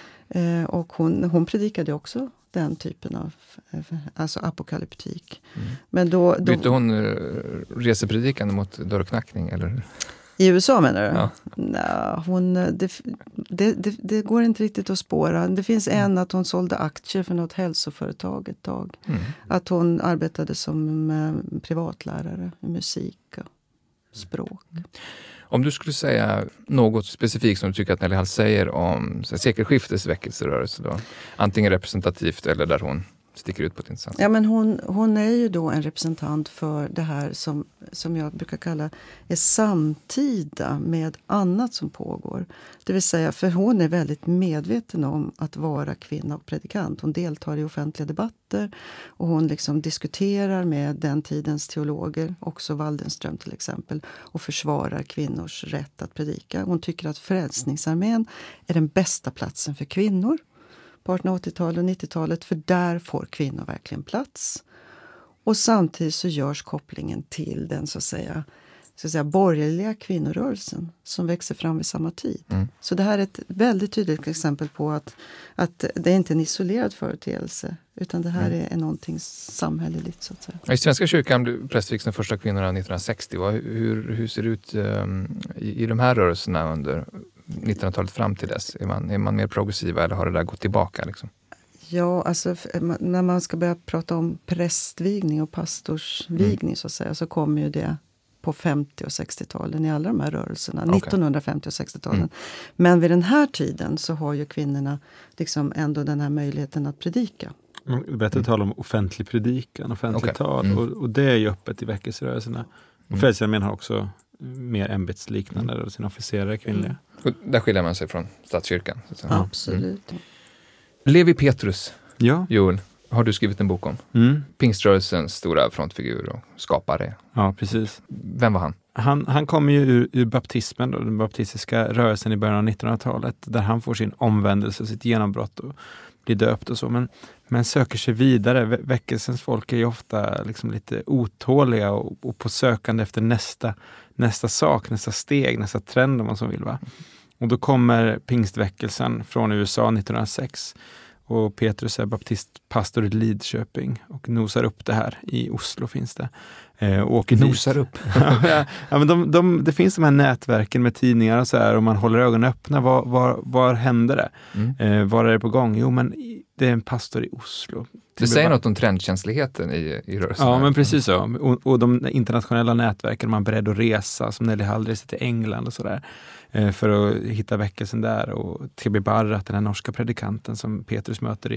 [SPEAKER 3] Eh, och hon, hon predikade också den typen av alltså apokalyptik. Mm. Men då, då,
[SPEAKER 1] bytte hon uh, resepredikande mot dörrknackning? Eller?
[SPEAKER 3] I U S A menar du?
[SPEAKER 1] Ja.
[SPEAKER 3] Nå, hon, det, det, det, det går inte riktigt att spåra. Det finns mm. en att hon sålde aktier för något hälsoföretag ett tag. Mm. Att hon arbetade som uh, privatlärare i musik och språk. Mm.
[SPEAKER 1] Om du skulle säga något specifikt som du tycker att Nelly Hall säger om sekelskiftets väckelserörelse då? Antingen representativt eller där hon sticker ut på ett intressant sätt.
[SPEAKER 3] Ja, men hon, hon är ju då en representant för det här som, som jag brukar kalla är samtida med annat som pågår. Det vill säga, för hon är väldigt medveten om att vara kvinna och predikant. Hon deltar i offentliga debatter och hon liksom diskuterar med den tidens teologer, också Waldenström till exempel, och försvarar kvinnors rätt att predika. Hon tycker att Frälsningsarmén är den bästa platsen för kvinnor på artonhundraåttiotalet och nittiotalet, för där får kvinnor verkligen plats. Och samtidigt så görs kopplingen till den så att säga, så att säga borgerliga kvinnorörelsen som växer fram vid samma tid. Mm. Så det här är ett väldigt tydligt exempel på att, att det är inte en isolerad företeelse utan det här mm. är någonting samhälleligt så att säga.
[SPEAKER 1] I Svenska kyrkan prästvigs de första kvinnorna nittonhundrasextio. Hur, hur ser det ut um, i, i de här rörelserna under nittonhundratalet fram till dess? Är man, är man mer progressiva eller har det där gått tillbaka liksom?
[SPEAKER 3] Ja, alltså när man ska börja prata om prästvigning och pastorsvigning mm. så att säga, så kommer ju det på femtio- och sextio-talen i alla de här rörelserna. Okay. nittonhundrafemtio- och sextio-talen. Mm. Men vid den här tiden så har ju kvinnorna liksom ändå den här möjligheten att predika.
[SPEAKER 2] Mm, det är bättre att tala om offentlig predikan, offentlig okay. tal. Mm. Och, och det är ju öppet i väckelserörelserna. Mm. Och Frälsningsarmén har också mer ämbetsliknande mm. och sina officerare kvinnliga.
[SPEAKER 1] Mm. Och där skiljer man sig från statskyrkan. Så
[SPEAKER 3] ja, absolut. Mm.
[SPEAKER 1] Levi Petrus,
[SPEAKER 2] ja.
[SPEAKER 1] Joel, har du skrivit en bok om.
[SPEAKER 2] Mm.
[SPEAKER 1] Pingströrelsens stora frontfigur och skapare.
[SPEAKER 2] Ja, precis.
[SPEAKER 1] Vem var han?
[SPEAKER 2] Han, han kommer ju ur, ur baptismen, då, den baptistiska rörelsen i början av nittonhundratalet, där han får sin omvändelse, sitt genombrott och blir döpt och så, men, men söker sig vidare. Vä- väckelsens folk är ju ofta liksom lite otåliga och, och på sökande efter nästa, nästa sak, nästa steg, nästa trend om man så vill. Va? Och då kommer pingstväckelsen från U S A nittonhundrasex och Petrus är baptistpastor i Lidköping och nosar upp det här. I Oslo finns det. Eh, och åker
[SPEAKER 1] nosar upp?
[SPEAKER 2] ja, men de, de, det finns de här nätverken med tidningar och så här, och man håller ögonen öppna. Var, var, var händer det? Mm. Eh, var är det på gång? Jo, men det är en pastor i Oslo.
[SPEAKER 1] Det säger något om trendkänsligheten i, i rörelsen.
[SPEAKER 2] Ja, men precis så. Och, och de internationella nätverken, man är beredd att resa, som Nelly Hall reser till England och sådär, eh, för att hitta väckelsen där. Och T B Barrat, den här norska predikanten som Petrus möter i,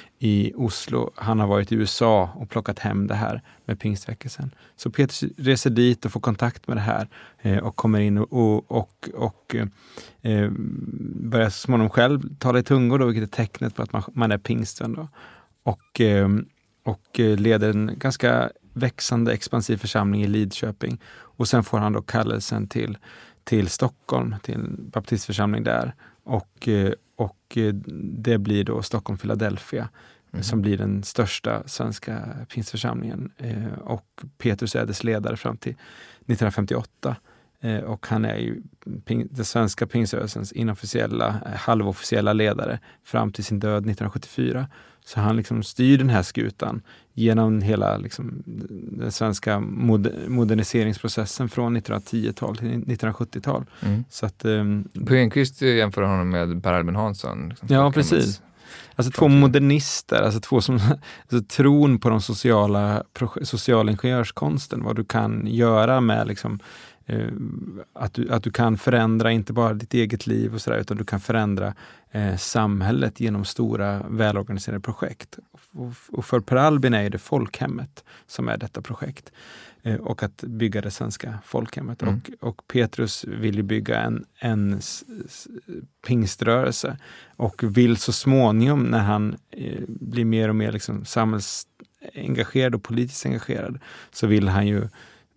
[SPEAKER 2] i Oslo, han har varit i U S A och plockat hem det här med pingstväckelsen. Så Petrus reser dit och får kontakt med det här eh, och kommer in och, och, och, och eh, börjar så småningom själv tala i tungor, då, vilket är tecknet på att man, man är pingstvän då. Och, och leder en ganska växande expansiv församling i Lidköping. Och sen får han då kallelsen till, till Stockholm, till en baptistförsamling där. Och, och det blir då Stockholm Philadelphia mm. som blir den största svenska pingstförsamlingen. Och Petrus är dess ledare fram till nittonhundrafemtioåtta. Och han är ju den svenska pingströrelsens inofficiella, halvofficiella ledare fram till sin död nittonhundrasjuttiofyra. Så han liksom styr den här skutan genom hela liksom, den svenska moder- moderniseringsprocessen från nittonhundratio-tal till nittonhundrasjuttio-tal. Mm. Så att, um,
[SPEAKER 1] P. Enquist jämför honom med Per Albin Hansson. Liksom,
[SPEAKER 2] ja, precis. Alltså två modernister, alltså två som alltså, tron på de sociala sociala ingenjörskonsten, vad du kan göra med liksom eh, att, du, att du kan förändra inte bara ditt eget liv och sådär, utan du kan förändra eh, samhället genom stora välorganiserade projekt. Och, och för Per Albin är det folkhemmet som är detta projekt. Eh, och att bygga det svenska folkhemmet. Mm. Och, och Petrus vill ju bygga en, en s, s, pingströrelse och vill så småningom, när han eh, blir mer och mer liksom samhällsengagerad och politiskt engagerad, så vill han ju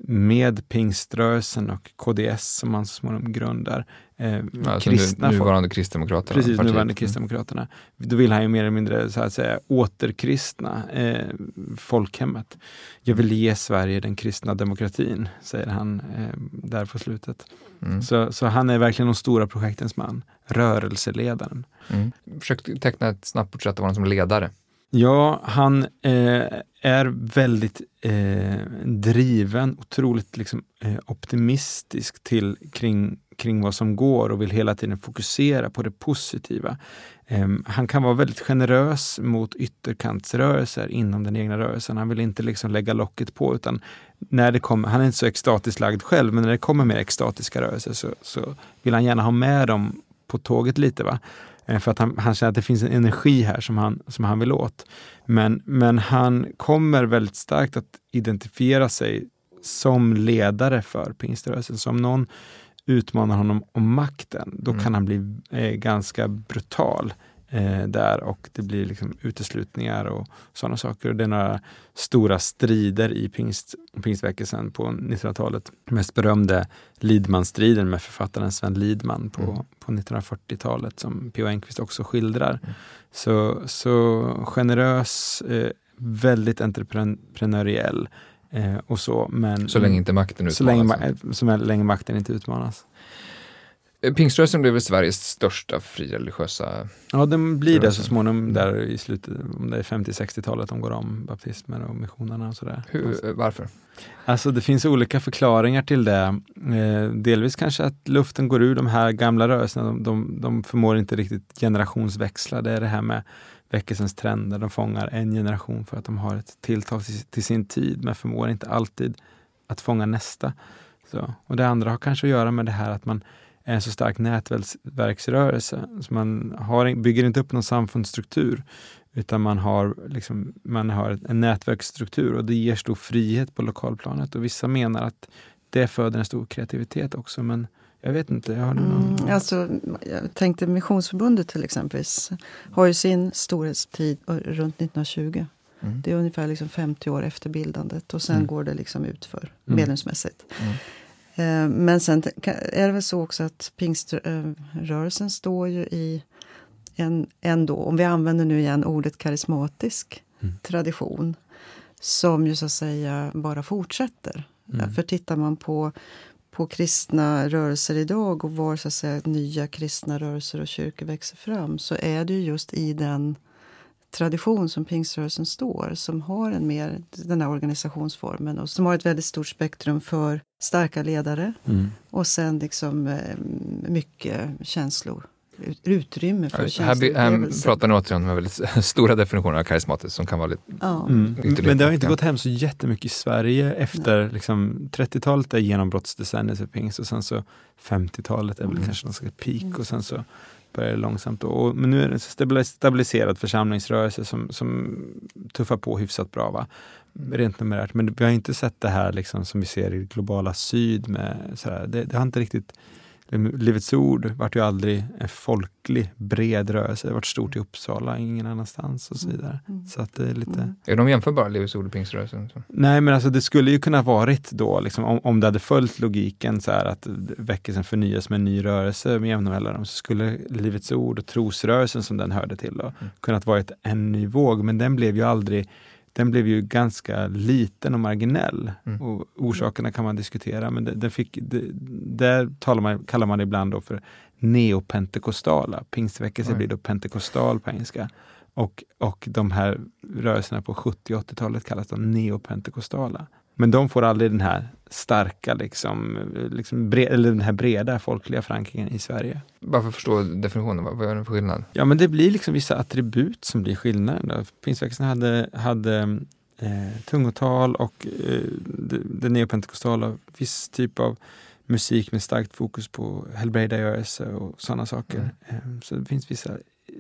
[SPEAKER 2] med pingströrelsen och K D S som man så småningom grundar, eh,
[SPEAKER 1] ja, kristna nu, nuvarande kristdemokraterna.
[SPEAKER 2] Precis,
[SPEAKER 1] partiet.
[SPEAKER 2] nuvarande kristdemokraterna. Då vill han ju mer eller mindre så att säga återkristna eh, folkhemmet. Jag vill ge Sverige den kristna demokratin, säger han eh, där på slutet. Mm. Så, så han är verkligen de stora projektens man, rörelseledaren.
[SPEAKER 1] Mm. Försök teckna ett snabbt porträtt av honom som ledare.
[SPEAKER 2] Ja, han eh, är väldigt eh, driven, otroligt liksom, eh, optimistisk till, kring, kring vad som går och vill hela tiden fokusera på det positiva. Eh, han kan vara väldigt generös mot ytterkantsrörelser inom den egna rörelsen. Han vill inte liksom lägga locket på, utan när det kommer, han är inte så extatiskt lagd själv, men när det kommer mer extatiska rörelser så, så vill han gärna ha med dem på tåget lite, va? För att han, han känner att det finns en energi här som han, som han vill åt. Men, men han kommer väldigt starkt att identifiera sig som ledare för pingströrelsen. Så om någon utmanar honom om makten, då mm. kan han bli eh, ganska brutal eh, där, och det blir liksom uteslutningar och sådana saker. Och det är några stora strider i pingst, pingstväckelsen på nittonhundratalet. Mest berömde Lidman-striden med författaren Sven Lidman på, mm. på nittonhundrafyrtiotalet, som P O Enquist också skildrar. Mm. Så, så generös, eh, väldigt entreprenöriell eh, och så. Men,
[SPEAKER 1] så länge inte makten utmanas.
[SPEAKER 2] Så länge, så länge makten inte utmanas.
[SPEAKER 1] Pingströrelsen blev väl Sveriges största frireligiösa...
[SPEAKER 2] Ja, den blir det så småningom där i slutet, om det är femtio-sextiotalet, de går om baptismen och missionerna och sådär.
[SPEAKER 1] Hur, varför?
[SPEAKER 2] Alltså det finns olika förklaringar till det. Eh, delvis kanske att luften går ur de här gamla rörelserna. De, de, de förmår inte riktigt generationsväxla. Det är det här med väckelsens trender. De fångar en generation för att de har ett tilltal till, till sin tid, men förmår inte alltid att fånga nästa. Så. Och det andra har kanske att göra med det här att man är en så stark nätverksrörelse. Så man har, bygger inte upp någon samfundsstruktur, utan man har, liksom, man har en nätverksstruktur, och det ger stor frihet på lokalplanet. Och vissa menar att det föder en stor kreativitet också, men jag vet inte. Jag, har någon...
[SPEAKER 3] mm, alltså, jag tänkte Missionsförbundet till exempel har ju sin storhetstid runt nittonhundratjugo. Mm. Det är ungefär liksom femtio år efter bildandet, och sen mm. går det liksom ut för mm. medlemsmässigt. Mm. Eh, men sen är det väl så också att pingströrelsen står ju i en, ändå, om vi använder nu igen ordet karismatisk mm. tradition, som ju så att säga bara fortsätter. Mm. Ja, för tittar man på, på kristna rörelser idag och var så att säga nya kristna rörelser och kyrkor växer fram, så är det ju just i den tradition som pingströrelsen står, som har en mer, den här organisationsformen och som har ett väldigt stort spektrum för starka ledare mm. och sen liksom mycket känslor. Utrymme för
[SPEAKER 1] ja, här, här pratar ni återigen om väldigt stora definitioner av karismatiskt som kan vara lite...
[SPEAKER 2] Ja. Mm. Men det har inte gått hem så jättemycket i Sverige efter liksom, trettiotalet är genombrottsdecenniet för pingst och sen så femtiotalet är väl mm. kanske någon slags peak mm. och sen så börjar det långsamt. Och, men nu är det en stabiliserad församlingsrörelse som, som tuffar på hyfsat bra, va? Rent numerärt. Men vi har inte sett det här liksom, som vi ser i globala syd med sådär. Det, det har inte riktigt... Livets ord vart ju aldrig en folklig, bred rörelse. Det har varit stort i Uppsala, ingen annanstans och så vidare. Mm. Så att det är lite... Mm.
[SPEAKER 1] Är de jämförbara, Livets ord och pingströrelsen?
[SPEAKER 2] Nej, men alltså det skulle ju kunna varit då, liksom, om, om det hade följt logiken så här att väckelsen förnyas med en ny rörelse med jämna mellanrum, så skulle Livets ord och trosrörelsen som den hörde till då, mm. kunnat varit en ny våg. Men den blev ju aldrig... Den blev ju ganska liten och marginell. Mm. Och orsakerna kan man diskutera. Men det, det fick, det, där talar man, kallar man det ibland då för neopentekostala. Pingstväckelse blir då pentekostal på engelska. Och, och de här rörelserna på sjuttio- och åttiotalet kallas då neopentekostala. Men de får aldrig den här starka, liksom, liksom bred, eller den här breda folkliga förankringen i Sverige.
[SPEAKER 1] Bara för att förstå definitionen, vad, vad är det för skillnad?
[SPEAKER 2] Ja, men det blir liksom vissa attribut som blir skillnaden. Pingstväckelsen hade, hade eh, tungotal och eh, det, det neopentekostala, viss typ av musik med starkt fokus på helbrägdagörelse och sådana saker. Mm. Eh, så det finns vissa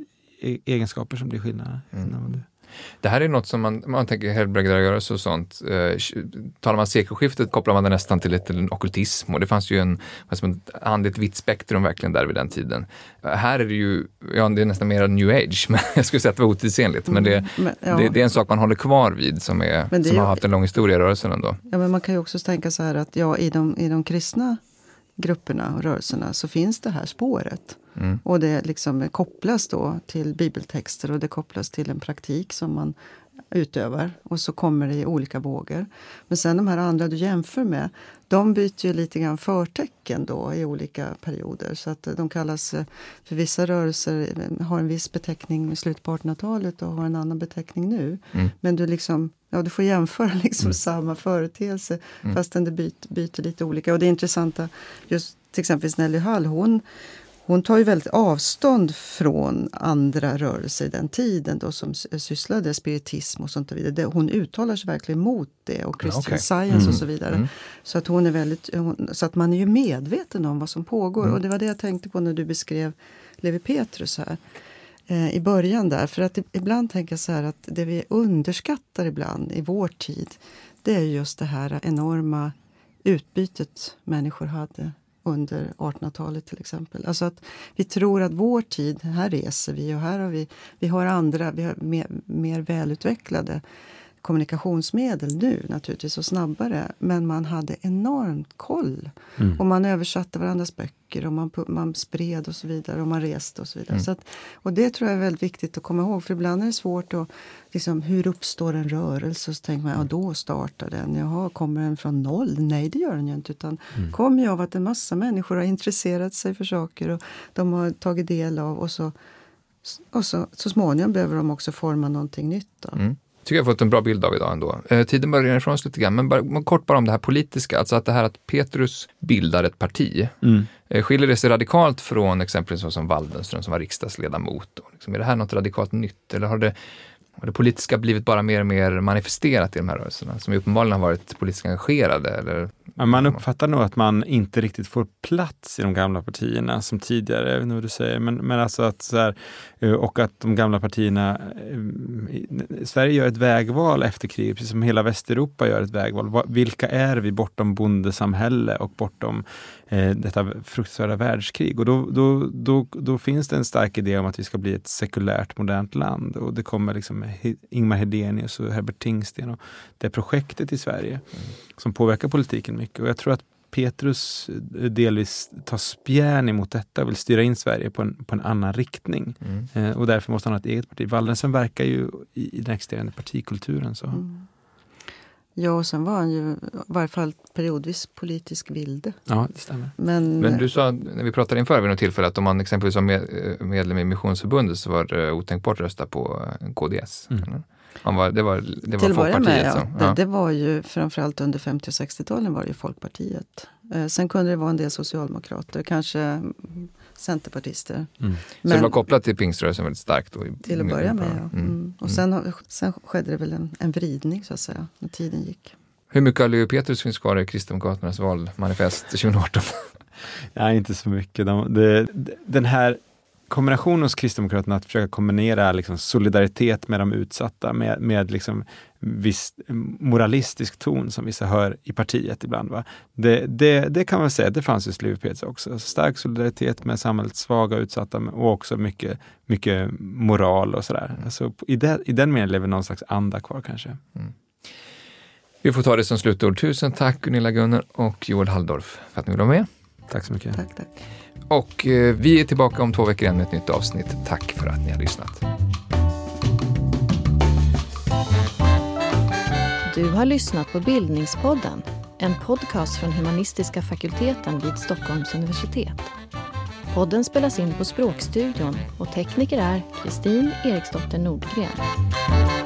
[SPEAKER 2] e- egenskaper som blir skillnader. Mm.
[SPEAKER 1] Det här är något som man, man tänker helbrägdagörelse och sånt. Eh, talar man sekelskiftet kopplar man det nästan till ett en ockultism, och det fanns ju en, som ett andligt vitt spektrum verkligen där vid den tiden. Eh, här är det ju, ja, det är nästan mer new age, men jag skulle säga att det var otidsenligt. Men, det, mm, men ja. det, det är en sak man håller kvar vid som, är, som har haft en lång historia i rörelsen ändå.
[SPEAKER 3] Ja, men man kan ju också tänka så här att ja, i de, i de kristna grupperna och rörelserna så finns det här spåret. Mm. Och det liksom kopplas då till bibeltexter och det kopplas till en praktik som man utövar. Och så kommer det i olika vågor. Men sen de här andra du jämför med, de byter ju lite grann förtecken då i olika perioder. Så att de kallas, för vissa rörelser har en viss beteckning i slutet på artonhundratalet och har en annan beteckning nu. Mm. Men du liksom, ja, du får jämföra liksom mm. samma företeelse mm. fastän det byter, byter lite olika. Och det är intressanta, just till exempel Nelly Hall, hon Hon tar ju väldigt avstånd från andra rörelser i den tiden då, som sysslade spiritism och sånt och vidare. Hon uttalar sig verkligen mot det och Christian okay. Science mm. och så vidare. Mm. Så att hon är väldigt, hon, så att man är ju medveten om vad som pågår. Mm. Och det var det jag tänkte på när du beskrev Levi Petrus här eh, i början där. För att ibland tänker jag så här att det vi underskattar ibland i vår tid, det är just det här enorma utbytet människor hade under artonhundratalet till exempel. Alltså att vi tror att vår tid, här reser vi och här har vi, vi har andra, vi har mer, mer välutvecklade kommunikationsmedel nu naturligtvis och snabbare. Men man hade enormt koll. Mm. Och man översatte varandras böcker och man, man spred och så vidare och man reste och så vidare. Mm. Så att, och det tror jag är väldigt viktigt att komma ihåg. För ibland är det svårt att, liksom, hur uppstår en rörelse? Och så tänker man, ja då startar den. Jaha, kommer den från noll? Nej, det gör den ju inte. Utan mm. kommer ju av att en massa människor har intresserat sig för saker och de har tagit del av och så, och så, så småningom behöver de också forma någonting nytt då.
[SPEAKER 1] Mm. Tycker jag har fått en bra bild av idag ändå. Eh, tiden börjar ifrån oss lite grann, men bara, kort bara om det här politiska. Alltså att det här att Petrus bildar ett parti. Mm. Eh, skiljer det sig radikalt från exempelvis så som Waldenström som var riksdagsledamot? Och liksom, är det här något radikalt nytt? Eller har det, har det politiska blivit bara mer och mer manifesterat i de här rörelserna? Som uppenbarligen har varit politiskt engagerade? Eller?
[SPEAKER 2] Men man uppfattar nog att man inte riktigt får plats i de gamla partierna som tidigare, jag vet inte vad du säger, men, men alltså att så här, och att de gamla partierna, Sverige gör ett vägval efter kriget, precis som hela Västeuropa gör ett vägval. Vilka är vi bortom bondesamhälle och bortom eh, detta fruktansvärda världskrig? Och då, då, då, då finns det en stark idé om att vi ska bli ett sekulärt modernt land, och det kommer liksom Ingmar Hedenius och Herbert Tingsten och det projektet i Sverige mm. som påverkar politiken mycket. Och jag tror att Petrus delvis tar spjärn emot detta och vill styra in Sverige på en, på en annan riktning. Mm. Eh, och därför måste han ha ett eget parti. Waldenström verkar ju i, i den existerande partikulturen. Så. Mm.
[SPEAKER 3] Ja, och sen var han ju i varje fall periodvis politisk vilde.
[SPEAKER 2] Ja, det stämmer.
[SPEAKER 3] Men,
[SPEAKER 1] Men du sa, när vi pratade inför vid något tillfälle, att om man exempelvis var med, medlem i Missionsförbundet så var det otänkbart att rösta på K D S. Mm. Han var, det var, det var Folkpartiet. Med, ja.
[SPEAKER 3] Som, ja. Det, det var ju framförallt under femtio- och sextio-talen var det ju Folkpartiet. Eh, sen kunde det vara en del socialdemokrater, kanske centerpartister. Mm.
[SPEAKER 1] Men, så det var kopplat till pingströrelsen väldigt starkt? Då,
[SPEAKER 3] till att börja med, ja. Mm. Mm. Och sen, sen skedde det väl en, en vridning så att säga, när tiden gick.
[SPEAKER 1] Hur mycket av Leo Petrus finns kvar i Kristdemokraternas valmanifest tjugo arton?
[SPEAKER 2] Ja, inte så mycket. De, det, den här kombinationen hos Kristdemokraterna att försöka kombinera liksom solidaritet med de utsatta med, med liksom viss moralistisk ton som vissa hör i partiet ibland. Va? Det, det, det kan man säga, det fanns hos Leo Petrus också. Alltså stark solidaritet med samhällets svaga och utsatta och också mycket, mycket moral och sådär. Mm. Alltså, i, det, I den meningen lever någon slags anda kvar kanske. Mm.
[SPEAKER 1] Vi får ta det som slutord. Tusen tack Gunilla Gunnar och Joel Halldorf för att ni var med.
[SPEAKER 2] Tack så mycket.
[SPEAKER 3] Tack, tack.
[SPEAKER 1] Och eh, vi är tillbaka om två veckor igen med ett nytt avsnitt. Tack för att ni har lyssnat.
[SPEAKER 4] Du har lyssnat på Bildningspodden, en podcast från Humanistiska fakulteten vid Stockholms universitet. Podden spelas in på Språkstudion och tekniker är Kristin Eriksdotter Nordgren.